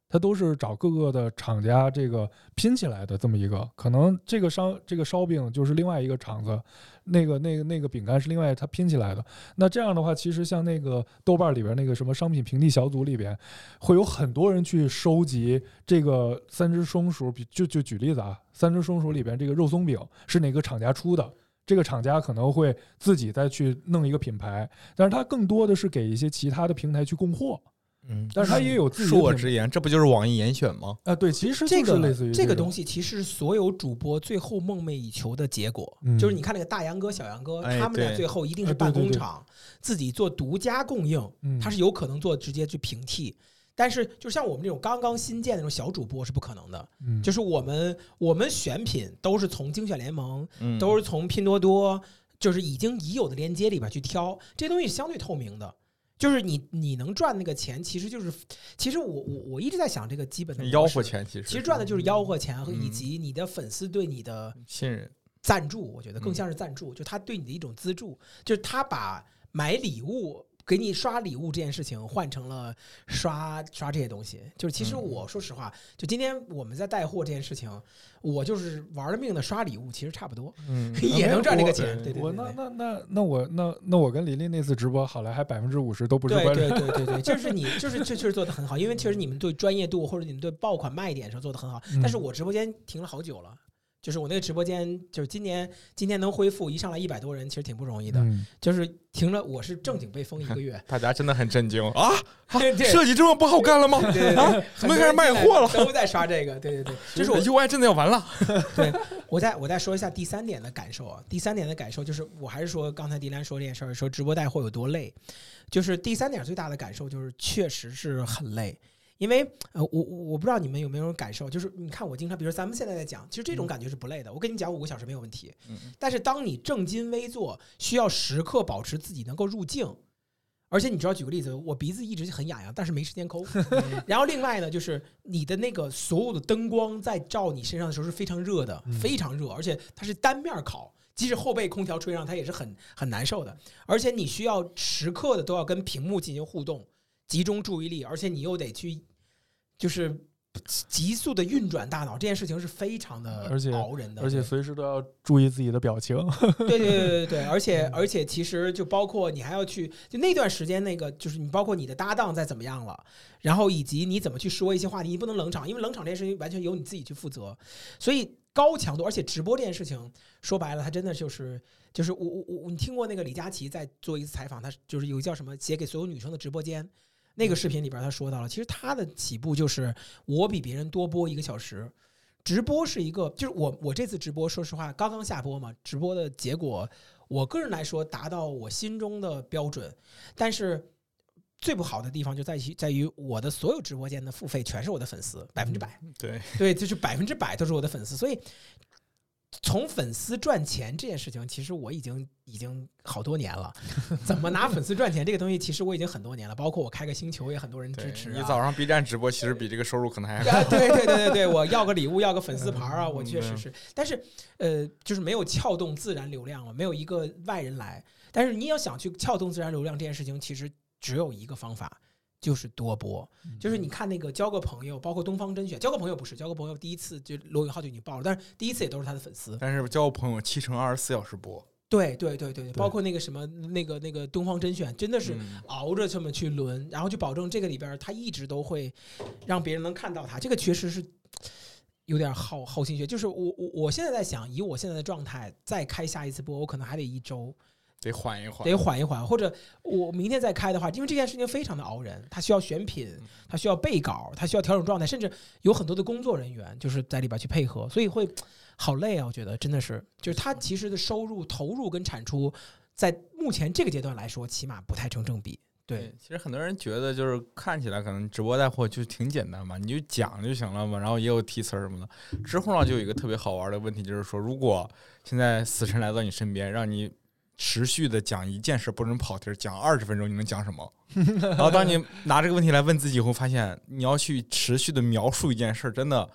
它都是找各个的厂家这个拼起来的这么一个，可能这个烧这个烧饼就是另外一个厂子，那个那个那个饼干是另外它拼起来的。那这样的话，其实像那个豆瓣里边那个什么商品评地小组里边，会有很多人去收集这个三只松鼠，就就举例子啊，三只松鼠里边这个肉松饼是哪个厂家出的。这个厂家可能会自己再去弄一个品牌，但是它更多的是给一些其他的平台去供货。 嗯， 但是它也有自己的。 恕我直言，这不就是网易严选吗？ 啊，对，其实这个类似于这个东西，其实所有主播最后梦寐以求的结果， 嗯、 就是你看那个大杨哥、小杨哥， 哎、 他们在最后一定是办工厂， 对对对自己做独家供应， 嗯、 他是有可能做直接去平替。但是，就像我们这种刚刚新建的那种小主播是不可能的。 嗯、 就是我们我们选品都是从精选联盟， 嗯、 都是从拼多多，就是已经已有的链接里边去挑，这些东西是相对透明的。就是你你能赚那个钱，其实就是其实我我我一直在想这个基本的吆喝钱，其实其实赚的就是吆喝钱和以及你的粉丝对你的信任赞助，我觉得更像是赞助，就他对你的一种资助，就是他把买礼物。给你刷礼物这件事情换成了刷刷这些东西，就是其实我说实话，就今天我们在带货这件事情，我就是玩了命的刷礼物，其实差不多， 嗯， 也能赚这个钱。对对对， 我那那那那我那那我跟琳琳那次直播好了，还百分之五十都不是关联。对对对对对，就是你就是这确实做的很好，因为确实你们对专业度或者你们对爆款卖点上做的很好，但是我直播间停了好久了。就是我那个直播间，就是今年今天能恢复，一上来一百多人，其实挺不容易的。 嗯、 就是停了，我是正经被封一个月， 大家真的很震惊啊！ 对对， 设计这么不好干了吗？ 对对对， 啊，怎么开始卖货了？ 都在刷这个，对对对，就是我 U I 真的要完了。 对，我再我再说一下第三点的感受啊，第三点的感受就是，我还是说刚才迪兰说这件事儿，说直播带货有多累，就是第三点最大的感受就是，确实是很累。因为呃，我我不知道你们有没有感受，就是你看我经常，比如咱们现在在讲，其实这种感觉是不累的。我跟你讲五个小时没有问题，但是当你正襟危坐，需要时刻保持自己能够入境，而且你知道，举个例子，我鼻子一直很痒痒，但是没时间抠。然后另外呢，就是你的那个所有的灯光在照你身上的时候是非常热的，非常热，而且它是单面烤。即使后背空调吹上，它也是很很难受的。而且你需要时刻的都要跟屏幕进行互动。集中注意力，而且你又得去，就是急速的运转大脑，这件事情是非常的熬人的， 而且随时都要注意自己的表情。 对对对对对，而且而且其实就包括你还要去，就那段时间那个就是你包括你的搭档再怎么样了，然后以及你怎么去说一些话题，你不能冷场，因为冷场这件事情完全由你自己去负责，所以高强度，而且直播这件事情说白了，它真的就是就是我我我你听过那个李佳琦在做一次采访，他就是有叫什么写给所有女生的直播间。那个视频里边他说到了，其实他的起步就是我比别人多播一个小时。直播是一个，就是我我这次直播，说实话刚刚下播嘛，直播的结果，我个人来说达到我心中的标准，但是最不好的地方就在于在于我的所有直播间的付费全是我的粉丝，百分之百， 对对，就是百分之百都是我的粉丝，所以。从粉丝赚钱这件事情，其实我已经已经好多年了。怎么拿粉丝赚钱这个东西，其实我已经很多年了。包括我开个星球，也很多人支持、啊。 你早上 B 站直播，其实比这个收入可能还高、啊。对对对对对，我要个礼物，要个粉丝牌啊，我确实是。但是呃，就是没有撬动自然流量了，没有一个外人来。但是你要想去撬动自然流量这件事情，其实只有一个方法。就是多播，就是你看那个交个朋友，包括东方甄选，交个朋友不是交个朋友，第一次就罗永浩就已经爆了，但是第一次也都是他的粉丝。 但是交个朋友七乘二十四小时播， 对对对对，包括那个什么那个那个东方甄选，真的是熬着这么去轮，然后就保证这个里边他一直都会让别人能看到他，这个确实是有点耗耗心血。就是我我我现在在想，以我现在的状态再开下一次播，我可能还得一周。 得缓一缓， 得缓一缓，或者我明天再开的话，因为这件事情非常的熬人，它需要选品，它需要备稿，它需要调整状态，甚至有很多的工作人员就是在里边去配合，所以会好累啊！我觉得真的是，就是它其实的收入、投入跟产出，在目前这个阶段来说，起码不太成正比。对， 其实很多人觉得就是看起来可能直播带货就挺简单嘛，你就讲就行了嘛，然后也有题词什么的。之后呢，就有一个特别好玩的问题，就是说，如果现在死神来到你身边，让你持续的讲一件事，不能跑题，讲二十分钟，你能讲什么？然后当你拿这个问题来问自己以后，发现你要去持续的描述一件事，真的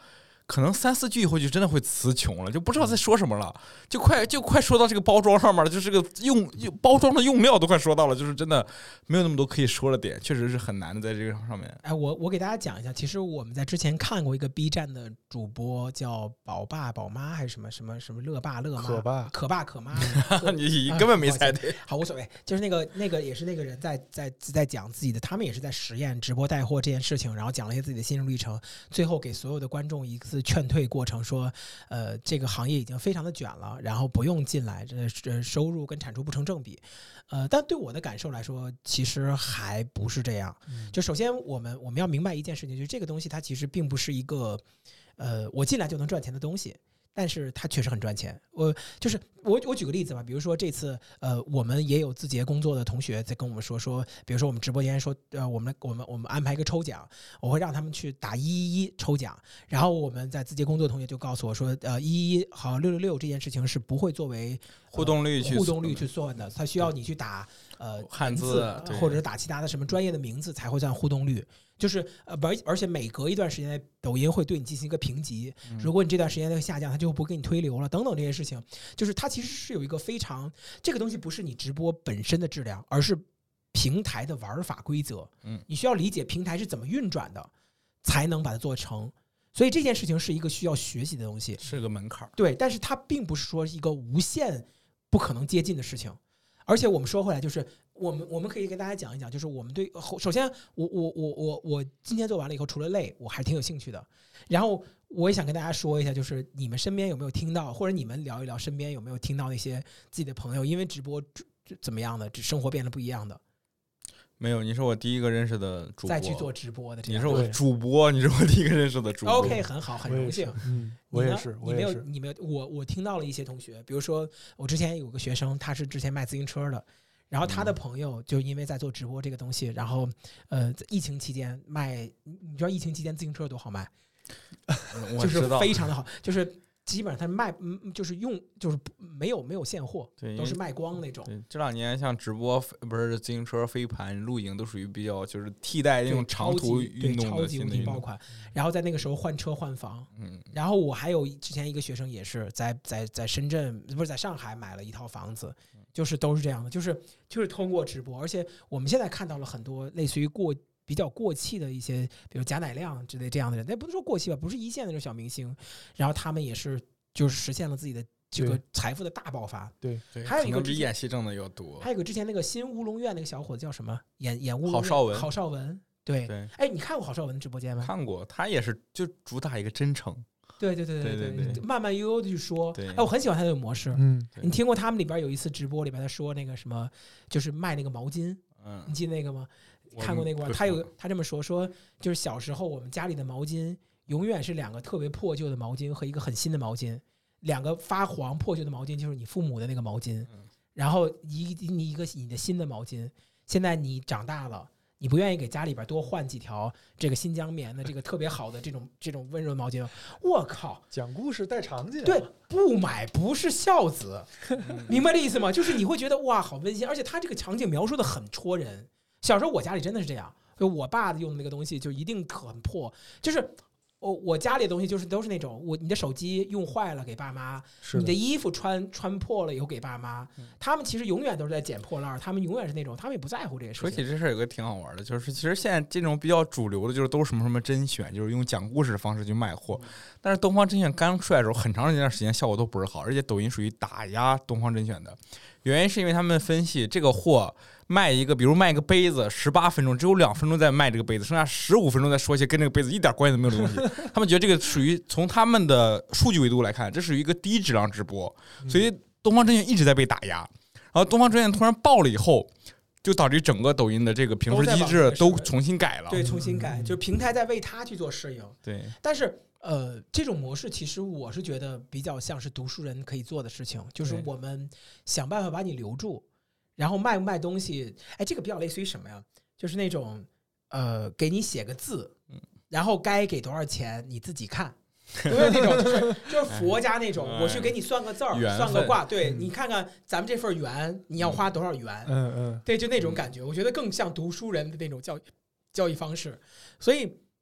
可能三四句以后就真的会词穷了，就不知道在说什么了，就快就快说到这个包装上面了，就是这个用包装的用料都快说到了，就是真的没有那么多可以说的点，确实是很难的在这个上面。 哎，我我给大家讲一下，其实我们在之前看过一个 B 站的主播叫宝爸宝妈还是什么什么什么乐爸乐妈可爸可爸可妈， 你根本没猜对。 好，无所谓，就是那个那个也是那个人在在在讲自己的，他们也是在实验直播带货这件事情，然后讲了一些自己的心路历程，最后给所有的观众一次劝退过程，说，呃，这个行业已经非常的卷了，然后不用进来，这这收入跟产出不成正比，呃，但对我的感受来说，其实还不是这样。就首先我们我们要明白一件事情，就是这个东西它其实并不是一个，呃，我进来就能赚钱的东西。但是它确实很赚钱。我就是我我举个例子吧，比如说这次呃，我们也有字节工作的同学在跟我们说说，比如说我们直播间说呃，我们我们我们安排一个抽奖，我会让他们去打一一一抽奖，然后我们在字节工作的同学就告诉我说，呃，一一一好六六六这件事情是不会作为、呃、 互动率去互动率去算的，它需要你去打呃汉字或者是打其他的什么专业的名字才会算互动率。就是呃，而而且每隔一段时间，抖音会对你进行一个评级。如果你这段时间的下降，它就不给你推流了，等等这些事情，就是它其实是有一个非常这个东西不是你直播本身的质量，而是平台的玩法规则。 嗯， 你需要理解平台是怎么运转的，才能把它做成。所以这件事情是一个需要学习的东西， 是个门槛。 对，但是它并不是说一个无限不可能接近的事情。而且我们说回来，就是我们我们可以跟大家讲一讲，就是我们对首先我我我我我今天做完了以后，除了累，我还是挺有兴趣的。然后我也想跟大家说一下，就是你们身边有没有听到，或者你们聊一聊身边有没有听到那些自己的朋友因为直播怎么样的，生活变得不一样的。 没有，你是我第一个认识的主播， 再去做直播的这样。 你是我主播，你是我第一个认识的主播。 OK， 很好，很荣幸。 嗯，我也是， 你没有，你没有，我我听到了一些同学，比如说我之前有个学生，他是之前卖自行车的。然后他的朋友就因为在做直播这个东西，然后呃，在疫情期间卖，你知道疫情期间自行车多好卖，就是非常的好，就是基本上他卖，就是用就是没有没有现货，都是卖光那种。 对，这两年像直播不是自行车、飞盘、露营都属于比较就是替代那种长途运动的超级无敌爆款。然后在那个时候换车换房， 嗯， 然后我还有之前一个学生也是在在在深圳不是在上海买了一套房子。就是都是这样的，就是就是通过直播，而且我们现在看到了很多类似于过比较过气的一些，比如贾乃亮之类这样的人，那不是说过气吧，不是一线的那种小明星，然后他们也是就是实现了自己的这个财富的大爆发。 对对， 还有一个比演戏挣的要多。 还有一个之前那个新乌龙院那个小伙子叫什么？演演乌龙郝邵文。 郝邵文，对对。 哎，你看过郝邵文的直播间吗？ 看过，他也是就主打一个真诚。 对对对对对对对， 慢慢悠悠的去说。 哎， 我很喜欢他的模式。 嗯， 你听过他们里边有一次直播里边他说那个什么，就是卖那个毛巾， 嗯， 你记得那个吗？看过那个吗？他有他这么说说，就是小时候我们家里的毛巾永远是两个特别破旧的毛巾和一个很新的毛巾，两个发黄破旧的毛巾就是你父母的那个毛巾，然后一你一个你的新的毛巾，现在你长大了。你不愿意给家里边多换几条这个新疆棉的这个特别好的这种这种温润毛巾，我靠！ 讲故事带场景， 对，不买不是孝子，明白这意思吗？就是你会觉得哇，好温馨，而且他这个场景描述的很戳人。小时候我家里真的是这样，就我爸用的那个东西就一定很破，就是我我家里的东西就是都是那种我你的手机用坏了给爸妈，你的衣服穿穿破了以后给爸妈，他们其实永远都是在捡破烂，他们永远是那种他们也不在乎这些事情。 说起这事儿有个挺好玩的，就是其实现在这种比较主流的就是都是什么什么甄选，就是用讲故事的方式去卖货。但是东方甄选刚出来的时候，很长一段时间效果都不是好，而且抖音属于打压东方甄选的。原因是因为他们分析这个货卖一个，比如卖一个杯子，十八分钟只有两分钟在卖这个杯子，剩下十五分钟在说一些跟这个杯子一点关系都没有的东西。他们觉得这个属于从他们的数据维度来看，这属于一个低质量直播，所以东方甄选一直在被打压。然后东方甄选突然爆了以后，就导致整个抖音的这个评分机制都重新改了。 对，重新改，就是平台在为它去做适应。 对， 但是。呃，这种模式其实我是觉得比较像是读书人可以做的事情，就是我们想办法把你留住，然后卖不卖东西，哎，这个比较类似于什么呀？就是那种呃，给你写个字，然后该给多少钱你自己看，有没有那种就是就是佛家那种，我去给你算个字儿，算个卦，对你看看咱们这份缘你要花多少元， 嗯嗯， 对，就那种感觉，我觉得更像读书人的那种教教育方式，所以。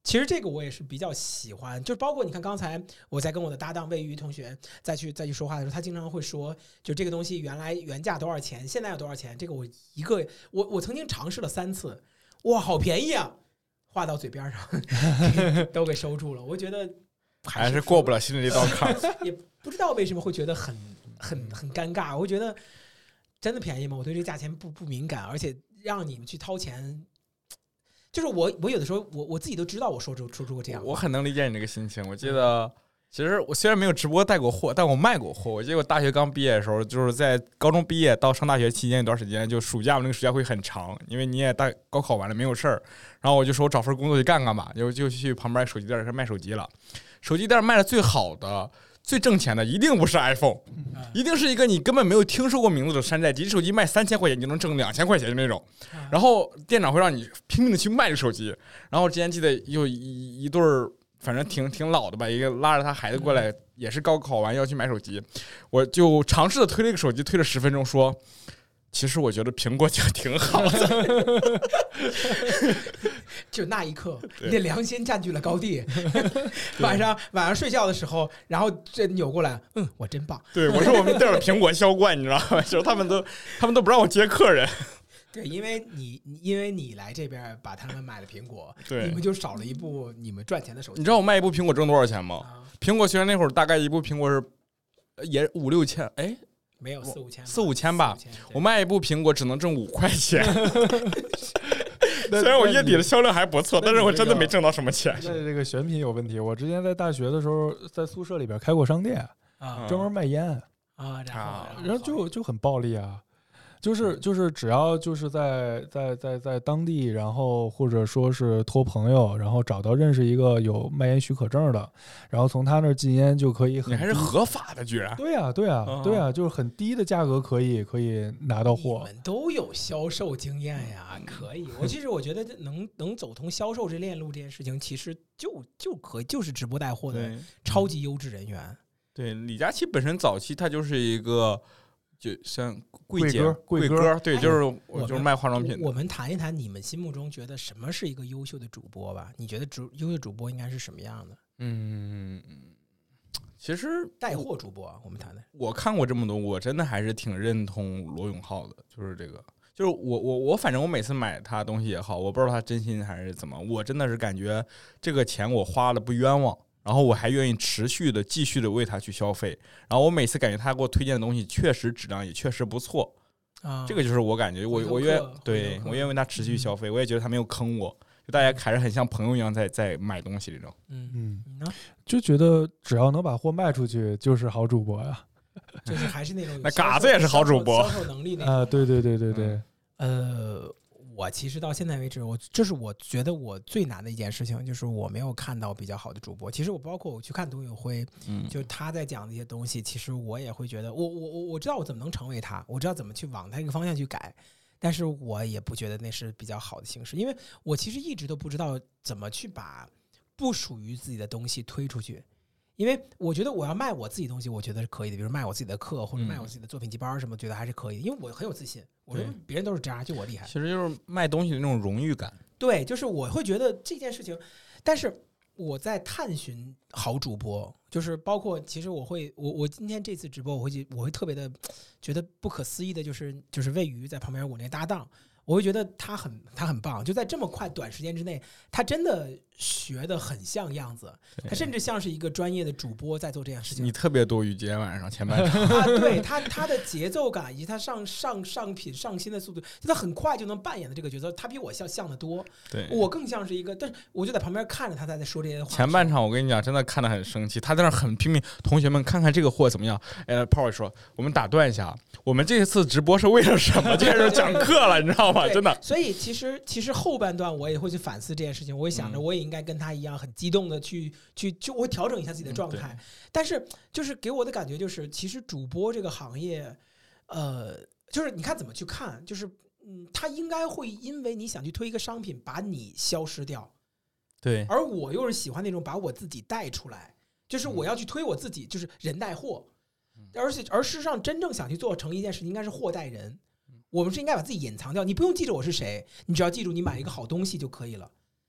其实这个我也是比较喜欢，就是包括你看刚才我在跟我的搭档魏瑜同学再去再去说话的时候，他经常会说，就这个东西原来原价多少钱，现在要多少钱？这个我一个我我曾经尝试了三次，哇，好便宜啊！话到嘴边上都给收住了，我觉得还是还是过不了心里这道坎儿。 也不知道为什么会觉得很很很尴尬，我会觉得真的便宜吗？我对这个价钱不不敏感，而且让你们去掏钱。就是我，我有的时候我我自己都知道，我说出说出过这样， 我很能理解你这个心情。我记得，其实我虽然没有直播带过货，但我卖过货。我记得我大学刚毕业的时候，就是在高中毕业到上大学期间一段时间，就暑假，那个暑假会很长，因为你也大高考完了没有事儿，然后我就说我找份工作去干干吧，就就去旁边手机店开始卖手机了。手机店卖的最好的、最挣钱的，一定不是 iPhone， 一定是一个你根本没有听说过名字的山寨机。手机卖三千块钱，你就能挣两千块钱的那种。然后店长会让你拼命的去卖这个手机。然后我之前记得有一一对儿，反正挺挺老的吧，一个拉着他孩子过来，也是高考完要去买手机，我就尝试的推了一个手机，推了十分钟，说。其实我觉得苹果就挺好的， 就那一刻，你的良心占据了高地。晚上晚上睡觉的时候，然后这扭过来，嗯，我真棒。 对，我是我们店的苹果销冠，你知道吗？就是他们都他们都不让我接客人。 对，因为你因为你来这边把他们买了苹果， 对， 你们就少了一部你们赚钱的手机。 你知道我卖一部苹果挣多少钱吗？ 啊、 苹果虽然那会儿大概一部苹果是也五六千，哎。 没有四五千， 四五千吧。我卖一部苹果只能挣五块钱，虽然我月底的销量还不错，但是我真的没挣到什么钱。 那这个选品有问题。我之前在大学的时候，在宿舍里边开过商店， 啊， 专门卖烟啊，然后然后就就很暴利啊。就是就是只要就是在在在在当地，然后或者说是托朋友，然后找到认识一个有卖烟许可证的，然后从他那儿禁烟就可以很， 你还是合法的，居然。 对呀、啊、对呀、啊嗯、 对呀、啊，就是很低的价格可以可以拿到货。 你们都有销售经验呀，可以。我其实我觉得能能走通销售这链路这件事情，其实就就可以就是直播带货的超级优质人员。 对，李佳琦本身早期他就是一个。就像贵姐、 贵哥，对，就是我就是卖化妆品的。 我们谈一谈你们心目中觉得什么是一个优秀的主播吧？你觉得主优秀主播应该是什么样的？ 嗯，其实带货主播，我们谈的。 我看过这么多，我真的还是挺认同罗永浩的，就是这个，就是我我我反正我每次买他东西也好，我不知道他真心还是怎么，我真的是感觉这个钱我花了不冤枉。然后我还愿意持续的、继续的为他去消费。然后我每次感觉他给我推荐的东西确实质量也确实不错， 啊， 这个就是我感觉我我愿对我愿意为他持续消费，我也觉得他没有坑我，就大家还是很像朋友一样在在买东西这种。 嗯嗯， 你呢？ 就觉得只要能把货卖出去，就是好主播呀。 就是还是那种那嘎子也是好主播， 销售能力那种啊，对对对对对。 呃。我其实到现在为止，我这是我觉得我最难的一件事情，就是我没有看到比较好的主播。其实我包括我去看董宇辉， 嗯， 就他在讲的一些东西，其实我也会觉得，我我我我知道我怎么能成为他，我知道怎么去往他一个方向去改，但是我也不觉得那是比较好的形式，因为我其实一直都不知道怎么去把不属于自己的东西推出去。因为我觉得我要卖我自己东西，我觉得是可以的，比如卖我自己的课或者卖我自己的作品集班什么，觉得还是可以的，因为我很有自信。我说别人都是渣，就我厉害。 其实就是卖东西的那种荣誉感。 对，就是我会觉得这件事情，但是我在探寻好主播，就是包括其实我会，我我今天这次直播，我会我会特别的觉得不可思议的，就是就是魏瑜在旁边我那搭档。我会觉得他很他很棒，就在这么快短时间之内，他真的学得很像样子，他甚至像是一个专业的主播在做这件事情。 你特别多于今天晚上前半场啊，对他他的节奏感以及他上上上品上新的速度，就他很快就能扮演的这个角色，他比我像像的多。 对， 我更像是一个，但是我就在旁边看着他在说这些话。 前半场我跟你讲，真的看得很生气，他在那很拼命。同学们看看这个货怎么样？哎，泡泡说，我们打断一下，我们这次直播是为了什么？这是讲课了，你知道吗？真的。 所以其实其实后半段我也会去反思这件事情，我也想着我也应该跟他一样很激动的去去就我会调整一下自己的状态。嗯、但是就是给我的感觉就是，其实主播这个行业，呃，就是你看怎么去看，就是嗯，他应该会因为你想去推一个商品，把你消失掉。 对。 而我又是喜欢那种把我自己带出来，就是我要去推我自己，就是人带货。而且而事实上，真正想去做成一件事，应该是货带人。我们是应该把自己隐藏掉，你不用记着我是谁，你只要记住你买一个好东西就可以了。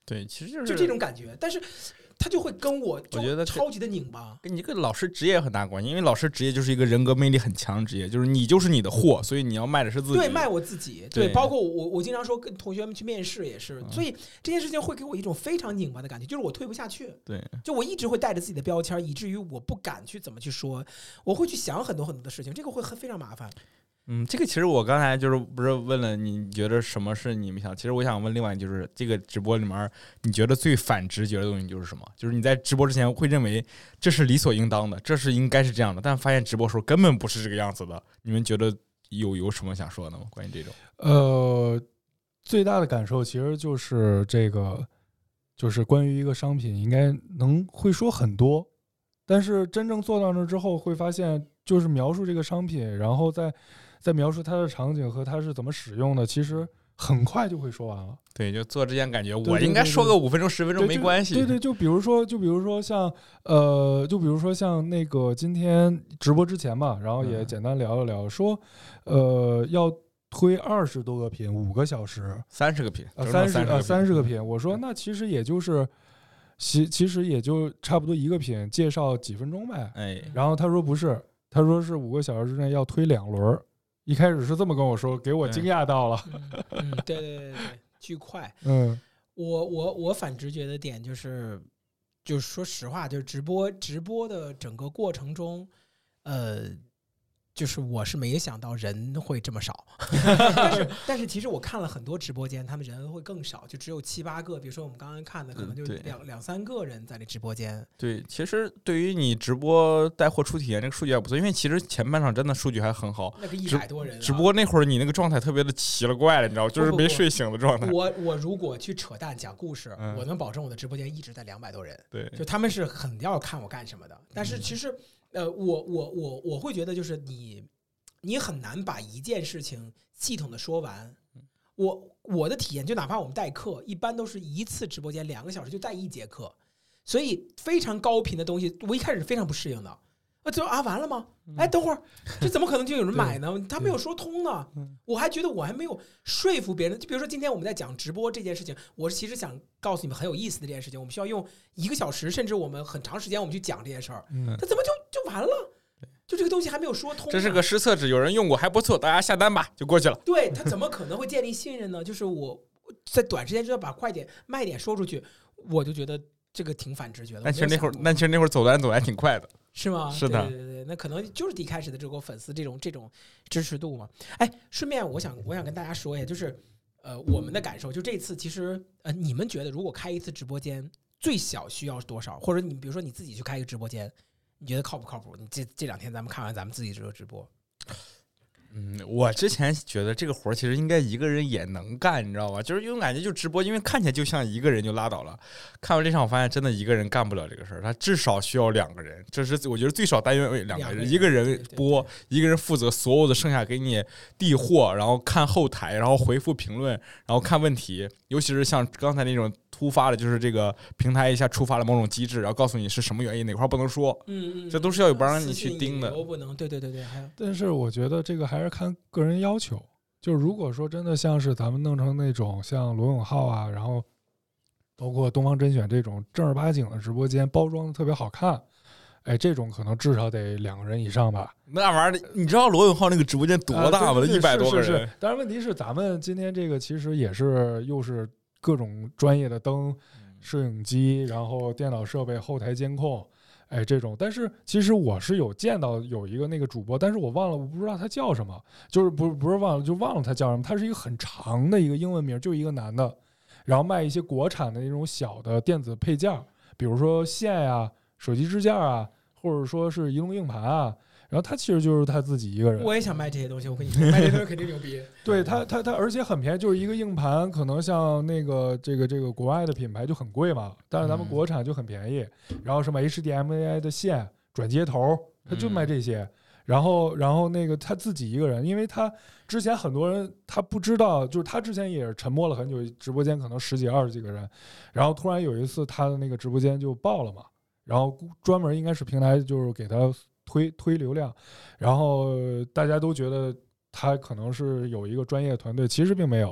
对，其实就是就这种感觉，但是他就会跟我， 我觉得超级的拧巴， 跟你这个老师职业有很大关系，因为老师职业就是一个人格魅力很强的职业，就是你就是你的货，所以你要卖的是自己， 对，卖我自己， 对， 对包括我，我经常说跟同学们去面试也是， 嗯、 所以这件事情会给我一种非常拧巴的感觉，就是我退不下去， 对， 就我一直会带着自己的标签，以至于我不敢去怎么去说，我会去想很多很多的事情，这个会很非常麻烦。 嗯，这个其实我刚才就是不是问了你觉得什么是你们想，其实我想问另外就是这个直播里面你觉得最反直觉的东西就是什么？就是你在直播之前会认为这是理所应当的，这是应该是这样的，但发现直播时候根本不是这个样子的。你们觉得有有什么想说的吗？关于这种？ 呃，最大的感受其实就是这个，就是关于一个商品应该能会说很多，但是真正做到那之后会发现，就是描述这个商品，然后再再描述它的场景和它是怎么使用的，其实很快就会说完了。 对，就做之前感觉我应该说个五分钟十分钟没关系。 对 对, 对, 对，就比如说，就比如说像呃，就比如说像那个今天直播之前嘛，然后也简单聊了聊，说呃要推二十多个品，五个小时， 三十个品， 呃三十呃三十个品。我说那其实也就是其其实也就差不多一个品介绍几分钟呗。 哎， 然后他说不是，他说是五个小时之内要推两轮。一开始是这么跟我说，给我惊讶到了。 嗯，对对对对，巨快。 嗯， 我我我反直觉的点就是，就是说实话，就是直播直播的整个过程中，呃，就是我是没想到人会这么少，但是但是其实我看了很多直播间，他们人会更少，就只有七八个。比如说我们刚刚看的，可能就两两三个人在那直播间。 对，其实对于你直播带货初体验这个数据还不错，因为其实前半场真的数据还很好， 那个一百多人、啊。 直播那会儿你那个状态特别的奇了怪了，你知道吗？就是没睡醒的状态。 不不不我我如果去扯淡讲故事， 嗯、 我能保证我的直播间一直在两百多人。 对， 就他们是很要看我干什么的。但是其实，呃，我我我我会觉得就是你。你很难把一件事情系统的说完。我我的体验就哪怕我们代课，一般都是一次直播间两个小时就带一节课，所以非常高频的东西，我一开始非常不适应的。啊，就啊完了吗？哎，等会儿这怎么可能就有人买呢？他没有说通呢。我还觉得我还没有说服别人。就比如说今天我们在讲直播这件事情，我其实想告诉你们很有意思的这件事情，我们需要用一个小时，甚至我们很长时间我们去讲这件事儿。他怎么就就完了？就这个东西还没有说通， 这是个实测纸，有人用过还不错，大家下单吧，就过去了。 对，他怎么可能会建立信任呢？就是我在短时间就要把快点卖点说出去，我就觉得这个挺反直觉的。 但其实那会儿，那其实那会儿走单走的还挺快的， 是吗？ 是的， 对对对，那可能就是一开始的这个粉丝这种这种支持度嘛。哎，顺便我想我想跟大家说一下，就是呃我们的感受，就这次其实呃你们觉得如果开一次直播间最小需要多少？或者你比如说你自己去开一个直播间。你觉得靠不靠谱？你这这两天咱们看完咱们自己这个直播， 嗯，我之前觉得这个活儿其实应该一个人也能干，你知道吧？就是因为感觉就直播，因为看起来就像一个人就拉倒了。看完这场，我发现真的一个人干不了这个事儿，他至少需要两个人。这是我觉得最少单元为两个人， 两个人一个人播， 对对对一个人负责所有的剩下给你递货，然后看后台，然后回复评论，然后看问题。尤其是像刚才那种突发的，就是这个平台一下触发了某种机制，然后告诉你是什么原因，哪块不能说。 嗯嗯， 这都是要有帮你去盯的。 不能，对对对对，还有。 但是我觉得这个还是看个人要求。就如果说真的像是咱们弄成那种像罗永浩啊，然后包括东方甄选这种正儿八经的直播间，包装的特别好看，哎，这种可能至少得两个人以上吧。 那玩意儿，你知道罗永浩那个直播间多大吗？一百、呃、多个人。 是是是，当然问题是咱们今天这个其实也是又是各种专业的灯、摄影机，然后电脑设备、后台监控。哎，这种，但是其实我是有见到有一个那个主播，但是我忘了，我不知道他叫什么，就是不不是忘了，就忘了他叫什么。他是一个很长的一个英文名，就一个男的，然后卖一些国产的那种小的电子配件，比如说线呀、啊、手机支架啊，或者说是移动硬盘啊。然后他其实就是他自己一个人。 我也想卖这些东西，我跟你说，卖这些东西肯定牛逼。 对他，他他，而且很便宜，就是一个硬盘，可能像那个这个这个国外的品牌就很贵嘛，但是咱们国产就很便宜。然后什么 H D M I 的线、转接头，他就卖这些。然后然后那个他自己一个人，因为他之前很多人他不知道，就是他之前也是沉默了很久，直播间可能十几二十几个人，然后突然有一次他的那个直播间就爆了嘛，然后专门应该是平台就是给他推推流量，然后大家都觉得他可能是有一个专业团队，其实并没有，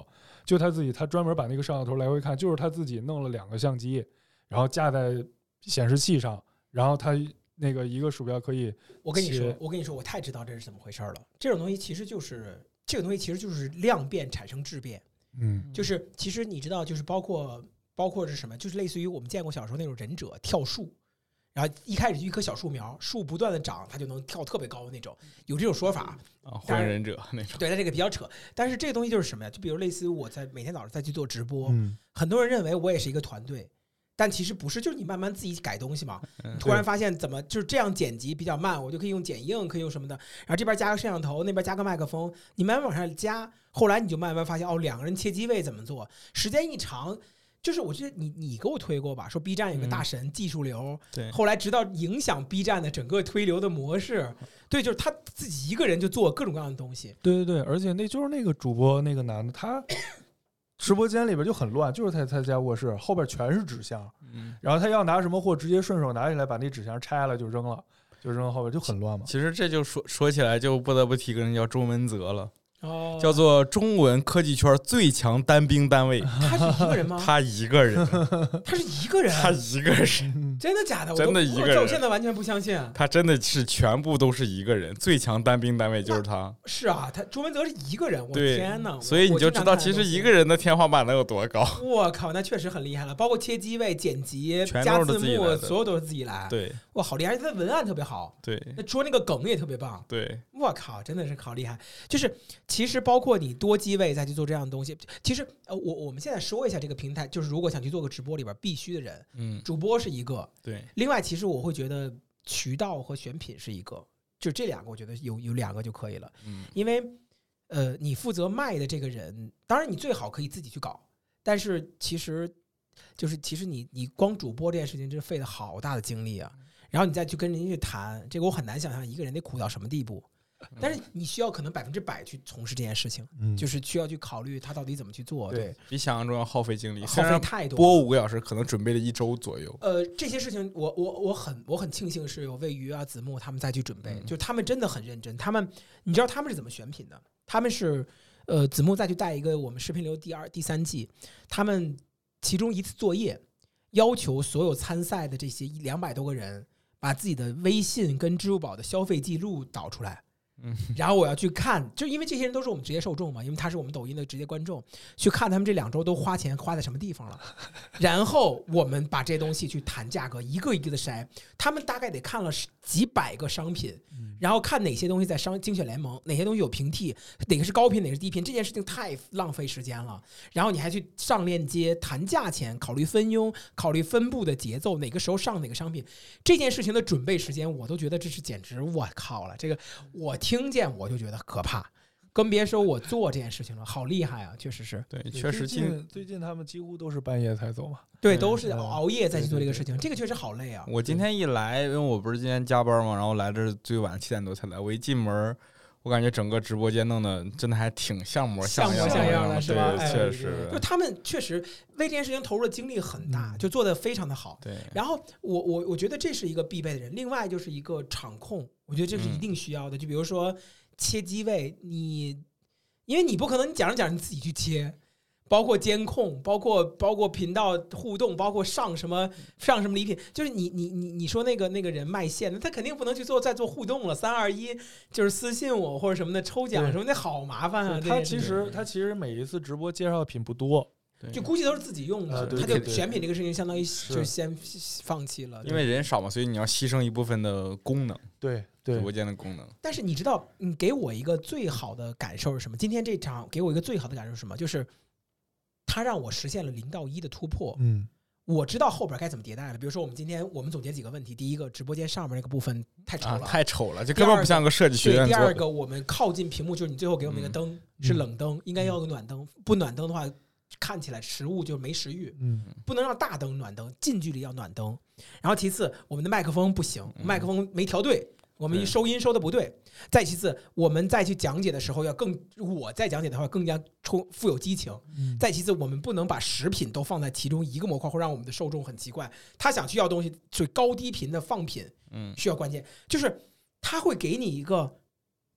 就他自己，他专门把那个摄像头来回看，就是他自己弄了两个相机，然后架在显示器上，然后他那个一个鼠标可以。 我跟你说，我跟你说，我太知道这是怎么回事了。这种东西其实就是这个东西其实就是量变产生质变。 嗯， 就是其实你知道，就是包括包括是什么，就是类似于我们见过小时候那种忍者跳树。然后一开始就一棵小树苗，树不断的长，它就能跳特别高的那种，有这种说法啊，火影忍者那种。 对，它这个比较扯。但是这个东西就是什么呀？就比如类似于我在每天早上再去做直播， 嗯、 很多人认为我也是一个团队，但其实不是，就是你慢慢自己改东西嘛。嗯、突然发现怎么就是这样剪辑比较慢，我就可以用剪映，可以用什么的。然后这边加个摄像头，那边加个麦克风，你慢慢往上加，后来你就慢慢发现哦，两个人切机位怎么做，时间一长。就是我觉得你你给我推过吧，说 B 站有个大神、嗯、技术流， 对， 后来直到影响 B 站的整个推流的模式，对，就是他自己一个人就做各种各样的东西， 对对对，而且那就是那个主播那个男的，他直播间里边就很乱，就是他他家卧室后边全是纸箱，嗯，然后他要拿什么货，直接顺手拿起来把那纸箱拆了就扔了，就扔后边就很乱嘛。 其实这就说说起来就不得不提个人叫钟文泽了。 哦， 叫做中文科技圈最强单兵单位。 他是一个人吗？ 他一个人， 他是一个人， 他一个人， 真的假的？ 真的一个人， 我现在完全不相信。 他真的是全部都是一个人，最强单兵单位就是他。 是啊，他朱文泽是一个人，我天哪！ 所以你就知道，其实一个人的天花板能有多高。 我靠，那确实很厉害了，包括切机位、剪辑、加字幕，所有都是自己来。 对， 哇，好厉害！他的文案特别好， 对， 那说那个梗也特别棒。 对， 我靠，真的是好厉害。就是其实包括你。你多机位再去做这样的东西，其实呃，我我们现在说一下这个平台，就是如果想去做个直播里边必须的人， 嗯， 主播是一个， 对， 另外其实我会觉得渠道和选品是一个，就这两个我觉得有有两个就可以了， 嗯， 因为呃，你负责卖的这个人，当然你最好可以自己去搞，但是其实就是其实你你光主播这件事情，真是费了好大的精力啊，然后你再去跟人家去谈，这个我很难想象一个人得苦到什么地步。但是你需要可能百分之百去从事这件事情，嗯，就是需要去考虑他到底怎么去做，对， 比想象中要耗费精力， 耗费太多。 播五个小时，可能准备了一周左右。 呃，这些事情我我我很我很庆幸是有魏鱼啊、子木他们再去准备，嗯、就他们真的很认真。他们你知道他们是怎么选品的？他们是呃子木再去带一个我们视频流第二、第三季，他们其中一次作业要求所有参赛的这些两百多个人把自己的微信跟支付宝的消费记录导出来。 嗯， 然后我要去看，就因为这些人都是我们职业受众嘛，因为他是我们抖音的直接观众，去看他们这两周都花钱花在什么地方了，然后我们把这些东西去谈价格，一个一个的筛，他们大概得看了几百个商品，然后看哪些东西在商精选联盟，哪些东西有平替，哪个是高频，哪个是低频，这件事情太浪费时间了。然后你还去上链接谈价钱，考虑分佣，考虑分布的节奏，哪个时候上哪个商品，这件事情的准备时间，我都觉得这是简直我靠了，这个我。听见我就觉得可怕，更别说我做这件事情了，好厉害啊！确实是， 对，确实最近最近他们几乎都是半夜才走嘛， 对，都是熬夜再去做这个事情，这个确实好累啊。 我今天一来，因为我不是今天加班嘛，然后来这最晚七点多才来，我一进门，我感觉整个直播间弄得真的还挺像模像样像样的，是吧？ 对，确实， 就他们确实为这件事情投入的精力很大，就做得非常的好。 对， 然后我我我觉得这是一个必备的人，另外就是一个场控。我觉得这是一定需要的，就比如说切机位，你因为你不可能你讲着讲着你自己去切，包括监控，包括包括频道互动，包括上什么上什么礼品，就是你你你你说那个那个人卖线，那他肯定不能去做再做互动了，三二一就是私信我或者什么的抽奖什么的，好麻烦啊！ 他其实他其实每一次直播介绍品不多。 就估计都是自己用的， 呃、 他就选品这个事情相当于就先放弃了， 因为人少嘛，所以你要牺牲一部分的功能， 对对， 直播间的功能。 但是你知道，你给我一个最好的感受是什么？今天这场给我一个最好的感受是什么？就是他让我实现了零到一的突破。 嗯， 我知道后边该怎么迭代了。比如说，我们今天我们总结几个问题：第一个，直播间上面那个部分太丑了， 啊、太丑了，就根本不像个设计学院做的。 第二个，我们靠近屏幕，就是你最后给我们那个灯、嗯、是冷灯，应该要个暖灯，不暖灯的话。看起来食物就没食欲， 嗯， 不能让大灯暖灯，近距离要暖灯。然后其次，我们的麦克风不行，麦克风没调对，我们收音收的不对。再其次，我们再去讲解的时候要更，我在讲解的话更加充富有激情。再其次，我们不能把食品都放在其中一个模块，会让我们的受众很奇怪。他想去要东西，所以高低频的放品， 嗯， 需要关键，就是他会给你一个。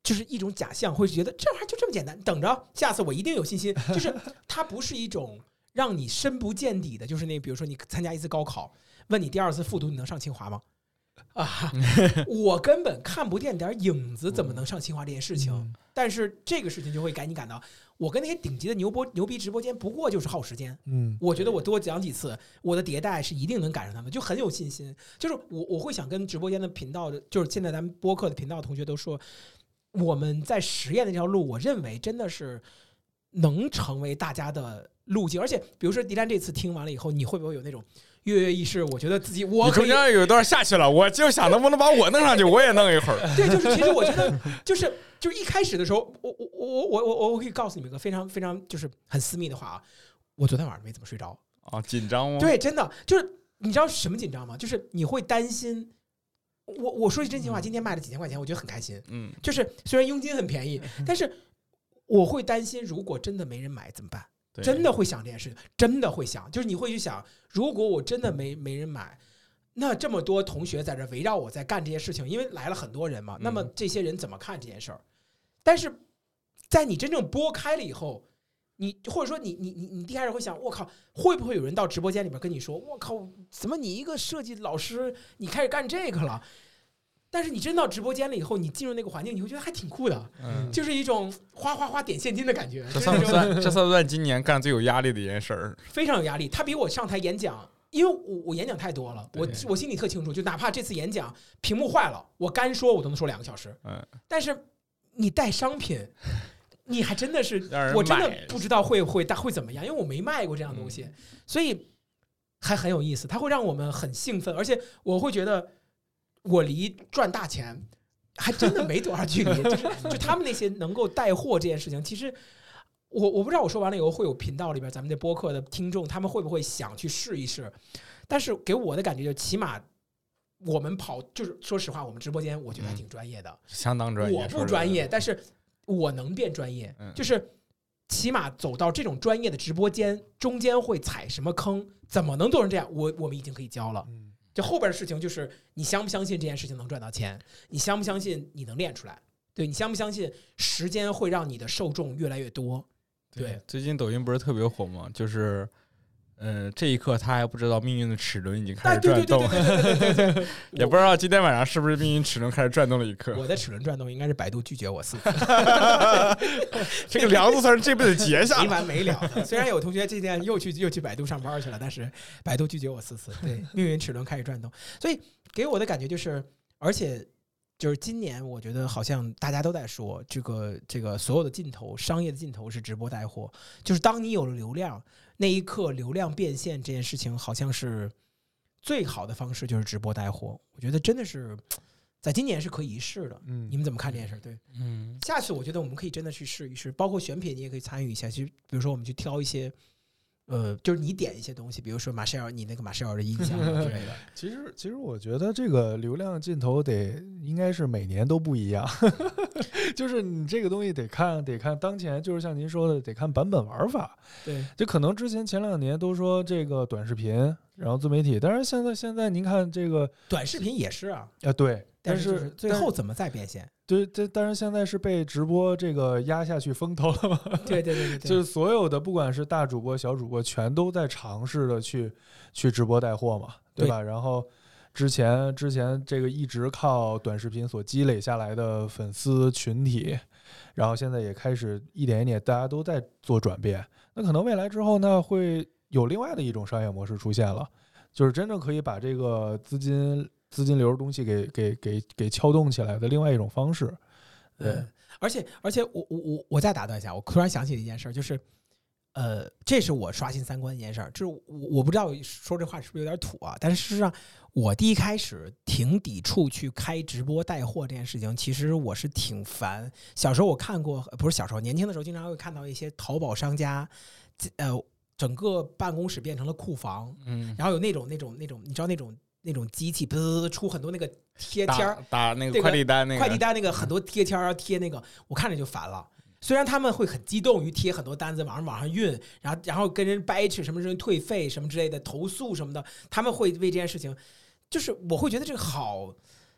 就是一种假象，会觉得这玩意儿就这么简单，等着下次我一定有信心。就是它不是一种让你深不见底的，就是那比如说你参加一次高考，问你第二次复读你能上清华吗？啊，我根本看不见点影子，怎么能上清华这件事情？ 嗯、 但是这个事情就会给你感到，我跟那些顶级的牛播牛逼直播间不过就是耗时间。 嗯， 我觉得我多讲几次，我的迭代是一定能赶上他们，就很有信心。就是我我会想跟直播间的频道的，就是现在咱们播客的频道的同学都说，我们在实验的这条路，我认为真的是能成为大家的路径。而且，比如说迪兰这次听完了以后，你会不会有那种跃跃欲试？我觉得自己我可以中间有一段下去了，我就想能不能把我弄上去，我也弄一会儿。 对，就是其实我觉得就是就是一开始的时候，我我我我我我可以告诉你们一个非常非常就是很私密的话啊，我昨天晚上没怎么睡着啊，紧张吗？ 对，真的就是你知道什么紧张吗？就是你会担心。我我说句真心话，今天卖了几千块钱，我觉得很开心。 嗯， 就是虽然佣金很便宜，但是我会担心，如果真的没人买怎么办？真的会想这件事情，真的会想，就是你会去想，如果我真的没没人买，那这么多同学在这围绕我在干这些事情，因为来了很多人嘛，那么这些人怎么看这件事儿？但是在你真正拨开了以后，你或者说你你你你第一开始会想，我靠，会不会有人到直播间里边跟你说，我靠，怎么你一个设计老师，你开始干这个了？但是你真到直播间了以后，你进入那个环境，你会觉得还挺酷的，嗯，就是一种哗哗哗点现金的感觉。 这算不算？这算不算今年干最有压力的一件事儿？ 非常有压力。他比我上台演讲，因为我我演讲太多了，我我心里特清楚，就哪怕这次演讲屏幕坏了，我干说我都能说两个小时。嗯，但是你带商品，你还真的是，我真的不知道会会大会怎么样，因为我没卖过这样东西，嗯、所以还很有意思。它会让我们很兴奋，而且我会觉得。我离赚大钱还真的没多少距离，就是就他们那些能够带货这件事情，其实我我不知道我说完了以后会有频道里边咱们这播客的听众，他们会不会想去试一试？但是给我的感觉就起码我们跑，就是说实话，我们直播间我觉得还挺专业的， 嗯、相当专业。 我不专业，但是我能变专业，嗯、就是起码走到这种专业的直播间，中间会踩什么坑，怎么能做成这样？我我们已经可以教了。嗯就后边的事情就是你相不相信这件事情能赚到钱，你相不相信你能练出来，对你相不相信时间会让你的受众越来越多。 对, 对最近抖音不是特别火吗？就是嗯，这一刻他还不知道命运的齿轮已经开始转动，也不知道今天晚上是不是命运齿轮开始转动的一刻。 我的齿轮转动应该是百度拒绝我四次， 这个梁子算是这辈子结下没完没了的。虽然有同学今天又去又去百度上班去了，但是百度拒绝我四次。对，命运齿轮开始转动，所以给我的感觉就是，而且就是今年我觉得好像大家都在说这个这个所有的尽头，商业的尽头是直播带货，就是当你有了流量。那一刻流量变现这件事情好像是最好的方式，就是直播带货。我觉得真的是在今年是可以一试的。嗯，你们怎么看这件事？对，嗯，下次我觉得我们可以真的去试一试，包括选品你也可以参与一下。其实比如说我们去挑一些，呃，就是你点一些东西，比如说马歇尔，你那个马歇尔的音响之类的。 其实，其实我觉得这个流量尽头得应该是每年都不一样，就是你这个东西得看得看当前，就是像您说的，得看版本玩法。 对， 就可能之前前两年都说这个短视频，然后自媒体，但是现在现在您看这个短视频也是啊， 啊对， 但是最后怎么再变现？ 对，这但是现在是被直播这个压下去风头了嘛？ 对对对对， 就是所有的不管是大主播、小主播，全都在尝试的去去直播带货嘛，对吧？对，然后之前之前这个一直靠短视频所积累下来的粉丝群体，然后现在也开始一点一点，大家都在做转变。那可能未来之后呢，会有另外的一种商业模式出现了，就是真正可以把这个资金。资金流的东西给给给给撬动起来的另外一种方式，对， 嗯、而且而且我我我我再打断一下，我突然想起了一件事，就是，呃，这是我刷新三观的一件事，就是我我不知道说这话是不是有点土啊，但是事实上，我第一开始挺抵触去开直播带货这件事情，其实我是挺烦。小时候我看过，不是小时候，年轻的时候经常会看到一些淘宝商家，呃，整个办公室变成了库房，嗯，然后有那种那种那种，你知道那种。那种机器啵出很多那个贴贴打, 打那个快递单，那个快递单那个很多贴贴，然后贴那个，我看着就烦了。虽然他们会很激动于贴很多单子往上往上运，然后然后跟人掰扯什么人退费什么之类的，投诉什么的，他们会为这件事情，就是我会觉得这个好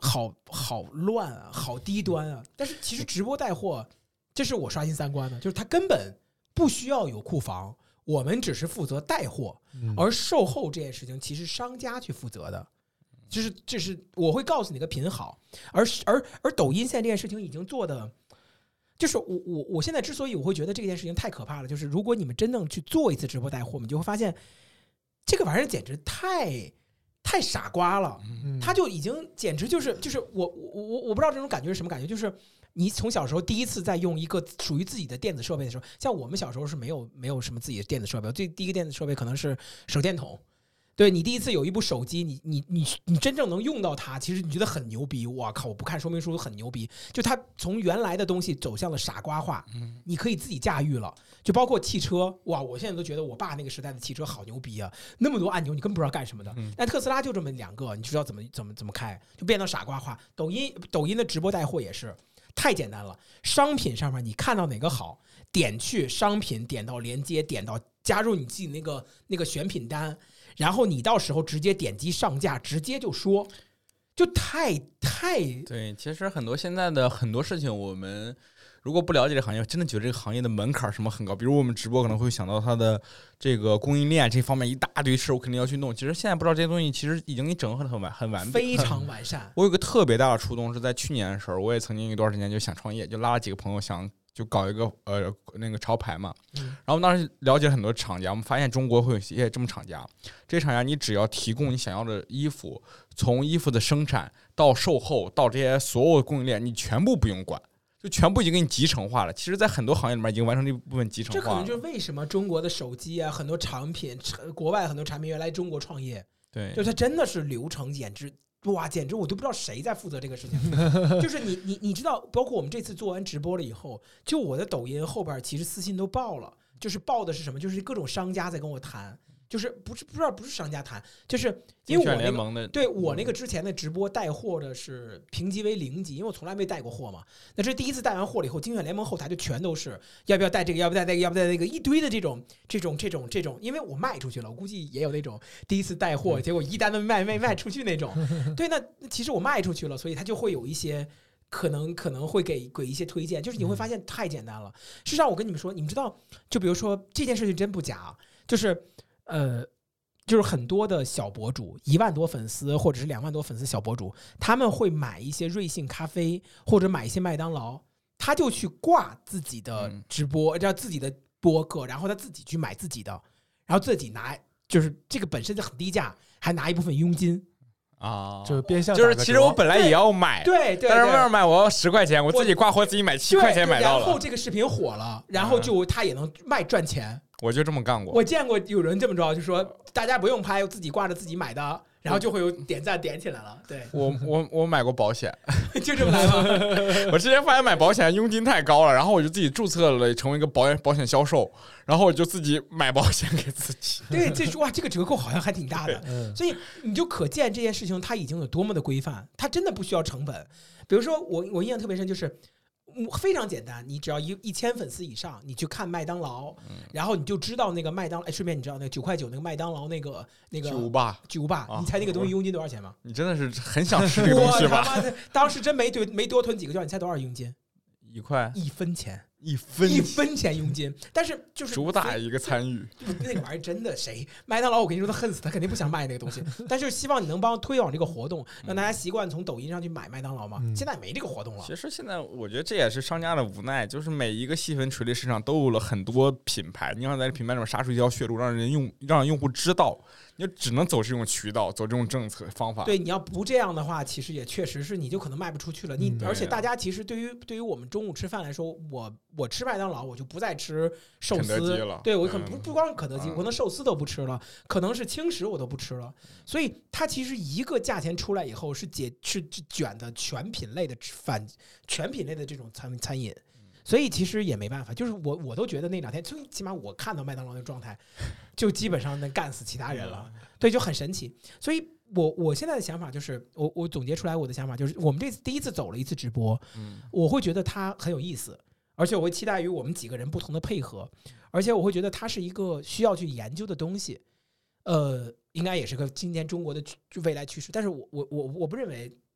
好好乱啊，好低端啊。但是其实直播带货，这是我刷新三观的，就是它根本不需要有库房，我们只是负责带货，而售后这件事情其实商家去负责的。就是就是我会告诉你个品好，而而而抖音现在这件事情已经做的，就是我我我现在之所以我会觉得这件事情太可怕了，就是如果你们真正去做一次直播带货，你就会发现这个玩意儿简直太太傻瓜了，它就已经简直就是就是我我我我不知道这种感觉是什么感觉，就是你从小时候第一次在用一个属于自己的电子设备的时候，像我们小时候是没有没有什么自己的电子设备，最第一个电子设备可能是手电筒。对，你第一次有一部手机，你你你你真正能用到它，其实你觉得很牛逼。哇靠！我不看说明书很牛逼，就它从原来的东西走向了傻瓜化，你可以自己驾驭了。就包括汽车，哇！我现在都觉得我爸那个时代的汽车好牛逼啊，那么多按钮你根本不知道干什么的。但特斯拉就这么两个，你知道怎么怎么怎么开，就变到傻瓜化。抖音抖音的直播带货也是太简单了，商品上面你看到哪个好，点去商品，点到连接，点到加入你自己那个那个选品单。然后你到时候直接点击上架，直接就说，就太太对。其实很多现在的很多事情，我们如果不了解这个行业，真的觉得这个行业的门槛什么很高。比如我们直播可能会想到它的这个供应链这方面一大堆事，我肯定要去弄。其实现在不知道这些东西，其实已经给你整合的很完很完备， 非常完善。 我有个特别大的触动是在去年的时候，我也曾经一段时间就想创业，就拉了几个朋友想。就搞一个呃那个潮牌嘛，然后我们当时了解了很多厂家，我们发现中国会有一些这么厂家，这些厂家你只要提供你想要的衣服，从衣服的生产到售后到这些所有的供应链，你全部不用管，就全部已经给你集成化了。其实，在很多行业里面已经完成这部分集成化了。 这可能就是为什么中国的手机啊，很多产品，国外很多产品原来中国创业， 对， 就它真的是流程简直。哇，简直我都不知道谁在负责这个事情。就是你你你知道，包括我们这次做完直播了以后，就我的抖音后边其实私信都爆了，就是爆的是什么？就是各种商家在跟我谈，就是不是不知道不是商家谈，就是因为我那个对我那个之前的直播带货的是评级为零级，因为我从来没带过货嘛。那这第一次带完货了以后，精选联盟后台就全都是要不要带这个，要不要带那个，要不要带那个，一堆的这种这种这种这种，因为我卖出去了，我估计也有那种第一次带货，结果一单都卖卖卖出去那种。对，那其实我卖出去了，所以它就会有一些。可能可能会给给一些推荐，就是你会发现太简单了。事实上，我跟你们说，你们知道，就比如说这件事情真不假，就是呃，就是很多的小博主，一万多粉丝或者是两万多粉丝小博主，他们会买一些瑞幸咖啡或者买一些麦当劳，他就去挂自己的直播，让自己的播客，然后他自己去买自己的，然后自己拿，就是这个本身就很低价，还拿一部分佣金。 啊， 就是变相就是其实我本来也要买， 对对， 但是外面买我要十块钱，我自己挂货自己买七块钱买到了。 然后这个视频火了，然后就他也能卖赚钱。 我就这么干过， 我见过有人这么着，就说大家不用拍，自己挂着自己买的。然后就会有点赞点起来了，对。 我我我买过保险， 就这么来吗？ 我之前发现买保险佣金太高了，然后我就自己注册了，成为一个保险保险销售，然后我就自己买保险给自己。 对，这哇，这个折扣好像还挺大的，所以你就可见这件事情它已经有多么的规范，它真的不需要成本。比如说我我印象特别深就是。非常简单，你只要一一千粉丝以上，你去看麦当劳，嗯、然后你就知道那个麦当劳。哎，顺便你知道那个九块九那个麦当劳那个那个巨无霸， 巨无霸，啊、你猜那个东西佣金多少钱吗？ 你真的是很想吃这个东西吧？ 我他妈的当时真没对没多囤几个券，你猜多少佣金？ 一块， 一分钱。 一分一分钱佣金，但是就是主打一个参与， 那个玩意儿真的谁麦当劳，我跟你说他恨死他，肯定不想卖那个东西。但是希望你能帮推广这个活动，让大家习惯从抖音上去买麦当劳嘛。嗯、现在没这个活动了。 其实现在我觉得这也是商家的无奈，就是每一个细分垂类市场都有了很多品牌，你要在这品牌里面杀出一条血路，让人用让用户知道，你就只能走这种渠道，走这种政策方法。 对，你要不这样的话，其实也确实是你就可能卖不出去了。你、嗯、而且大家其实对于对于我们中午吃饭来说，我我吃麦当劳。我就不再吃寿司了， 对我可能不不光是肯德基，我可能寿司都不吃了，可能是轻食我都不吃了。所以它其实一个价钱出来以后是解是卷的全品类的反全品类的这种餐餐饮，所以其实也没办法，就是我我都觉得那两天最起码我看到麦当劳的状态，就基本上能干死其他人了，对，就很神奇。所以我我现在的想法就是，我我总结出来我的想法就是，我们这次第一次走了一次直播，我会觉得它很有意思。而且我会期待于我们几个人不同的配合，而且我会觉得它是一个需要去研究的东西，呃，应该也是个今年中国的未来趋势。但是我我我我不认为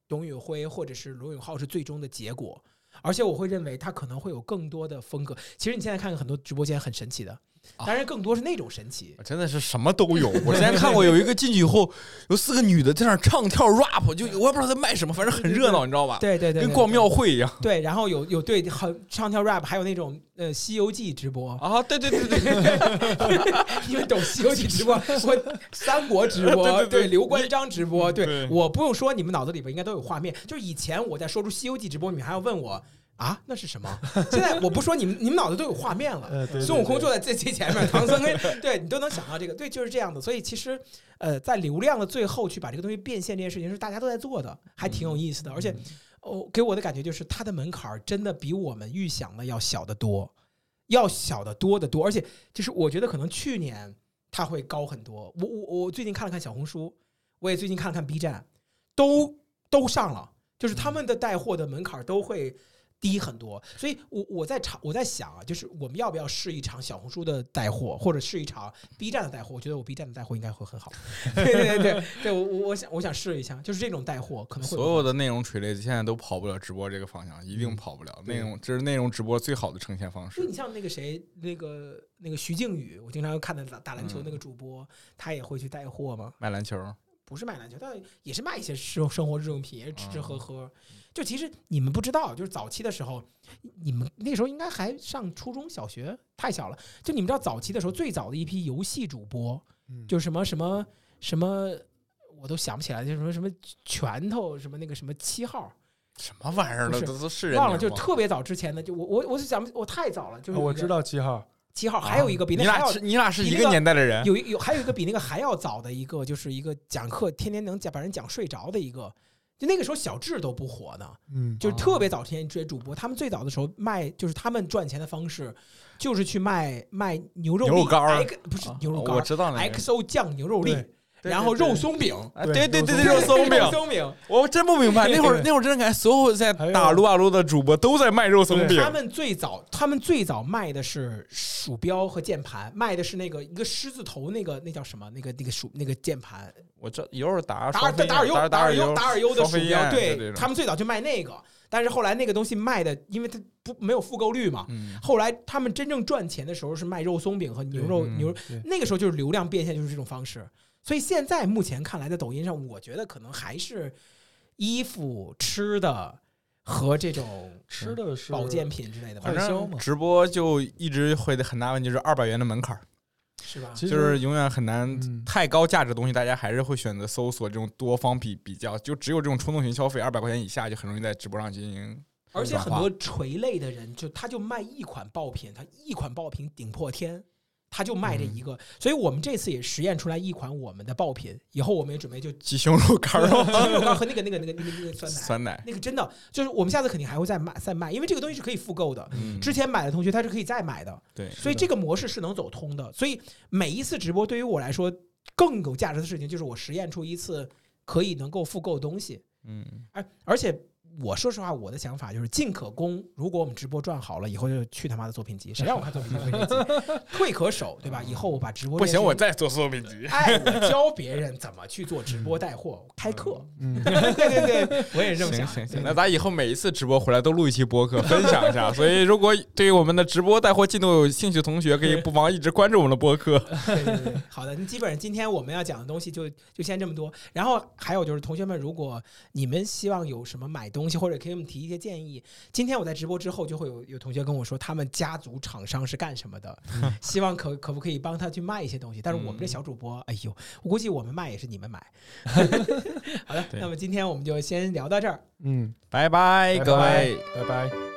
董宇辉或者是罗永浩是最终的结果，而且我会认为他可能会有更多的风格。其实你现在看看很多直播间很神奇的。当然，更多是那种神奇， 真的是什么都有。我之前看过有一个进去以后，有四个女的在那唱跳 rap， 就我也不知道在卖什么，反正很热闹，你知道吧？ 对对对， 跟逛庙会一样。 对，然后有有对很唱跳 rap， 还有那种呃《西游记》直播啊，对对对对对， 因为懂《西游记》直播，我三国直播， 对对对刘关张直播，对， 对我不用说，你们脑子里边应该都有画面。就是以前我在说出《西游记》直播，你们还要问我。啊，那是什么？现在我不说，你们你们脑子都有画面了。孙悟空坐在最最前面，唐僧对你都能想到这个，对，就是这样的。所以其实，呃，在流量的最后去把这个东西变现这件事情是大家都在做的，还挺有意思的。而且，哦，给我的感觉就是它的门槛真的比我们预想的要小得多，要小得多得多。而且，就是我觉得可能去年它会高很多。我我我最近看了看小红书，我也最近看了看 B 站，都都上了，就是他们的带货的门槛都会。低很多，所以我我在场我在想啊，就是我们要不要试一场小红书的带货，或者试一场 B 站的带货？我觉得我 B 站的带货应该会很好。对对对对，我我我想我想试一下，就是这种带货可能会所有的内容垂类现在都跑不了直播这个方向，一定跑不了。内容这是内容直播最好的呈现方式。 你像那个谁，那个那个徐静宇，我经常看的打打篮球那个主播，嗯、他也会去带货吗？ 卖篮球。 不是卖篮球，但也是卖一些生生活日用品，也是吃吃喝喝。就其实你们不知道，就是早期的时候，你们那时候应该还上初中小学，太小了。就你们知道早期的时候，最早的一批游戏主播，就什么什么什么，我都想不起来，就什么什么拳头，什么那个什么七号。 什么玩意儿的，都都是人忘了，就特别早之前的，就我我我是想我太早了，就是我知道七号。 七号还有一个比那还要、 啊、你俩是一个年代的人， 有有还有一个比那个还要早的一个，就是一个讲课天天能讲把人讲睡着的一个，就那个时候小智都不火呢，嗯，就是特别早之前这些主播，他们最早的时候卖，就是他们赚钱的方式，就是去卖卖牛肉牛肉干， 不是牛肉干， 我知道那 X O 酱牛肉粒。然后肉松饼， 对对对对，肉松饼， 肉松饼， 我真不明白那会儿那会儿真的感觉所有在打撸啊撸的主播都在卖肉松饼。 他们最早他们最早卖的是鼠标和键盘，卖的是那个一个狮子头那个那叫什么那个那个鼠那个键盘。 我这一会儿打打打尔优打尔优打尔优的鼠标， 对， 他们最早就卖那个。但是后来那个东西卖的，因为它不没有复购率嘛。 嗯、 后来他们真正赚钱的时候是卖肉松饼和牛肉、嗯、牛肉，那个时候就是流量变现，就是这种方式。所以现在目前看来，在抖音上，我觉得可能还是衣服、吃的和这种吃的是保健品之类的。 反正直播就一直会的很大问题，就是二百元的门槛， 是吧？ 就是永远很难太高价值的东西，大家还是会选择搜索这种多方比比较。就只有这种冲动型消费，二百块钱以下就很容易在直播上进行。 而且很多垂类的人，就他就卖一款爆品，他一款爆品顶破天。他就卖这一个，嗯、所以我们这次也实验出来一款我们的爆品，以后我们也准备就鸡胸肉干儿、 鸡胸肉干和那个那个那个那个那个酸奶， 酸奶那个真的就是我们下次肯定还会再卖再卖，因为这个东西是可以复购的。 嗯、 之前买的同学他是可以再买的， 对， 所以这个模式是能走通的。所以每一次直播对于我来说更有价值的事情，就是我实验出一次可以能够复购的东西。 嗯， 而而且。我说实话，我的想法就是进可攻。如果我们直播赚好了，以后就去他妈的作品集，谁让我看作品集？退可守，对吧？以后我把直播不行，我再做作品集。 哎，我教别人怎么去做直播带货，开课。嗯，对对对，我也这么想。 行行行，那咱以后每一次直播回来都录一期播客，分享一下。所以，如果对于我们的直播带货进度有兴趣的同学，可以不妨一直关注我们的播客。 对对对，好的。那基本上今天我们要讲的东西就就先这么多。然后还有就是，同学们，如果你们希望有什么买东西，或者可以给我们提一些建议。今天我在直播之后，就会有有同学跟我说，他们家族厂商是干什么的，嗯、希望可可不可以帮他去卖一些东西。但是我们这小主播，哎呦，我估计我们卖也是你们买。好的，那么今天我们就先聊到这儿。 嗯，拜拜，各位， 拜拜。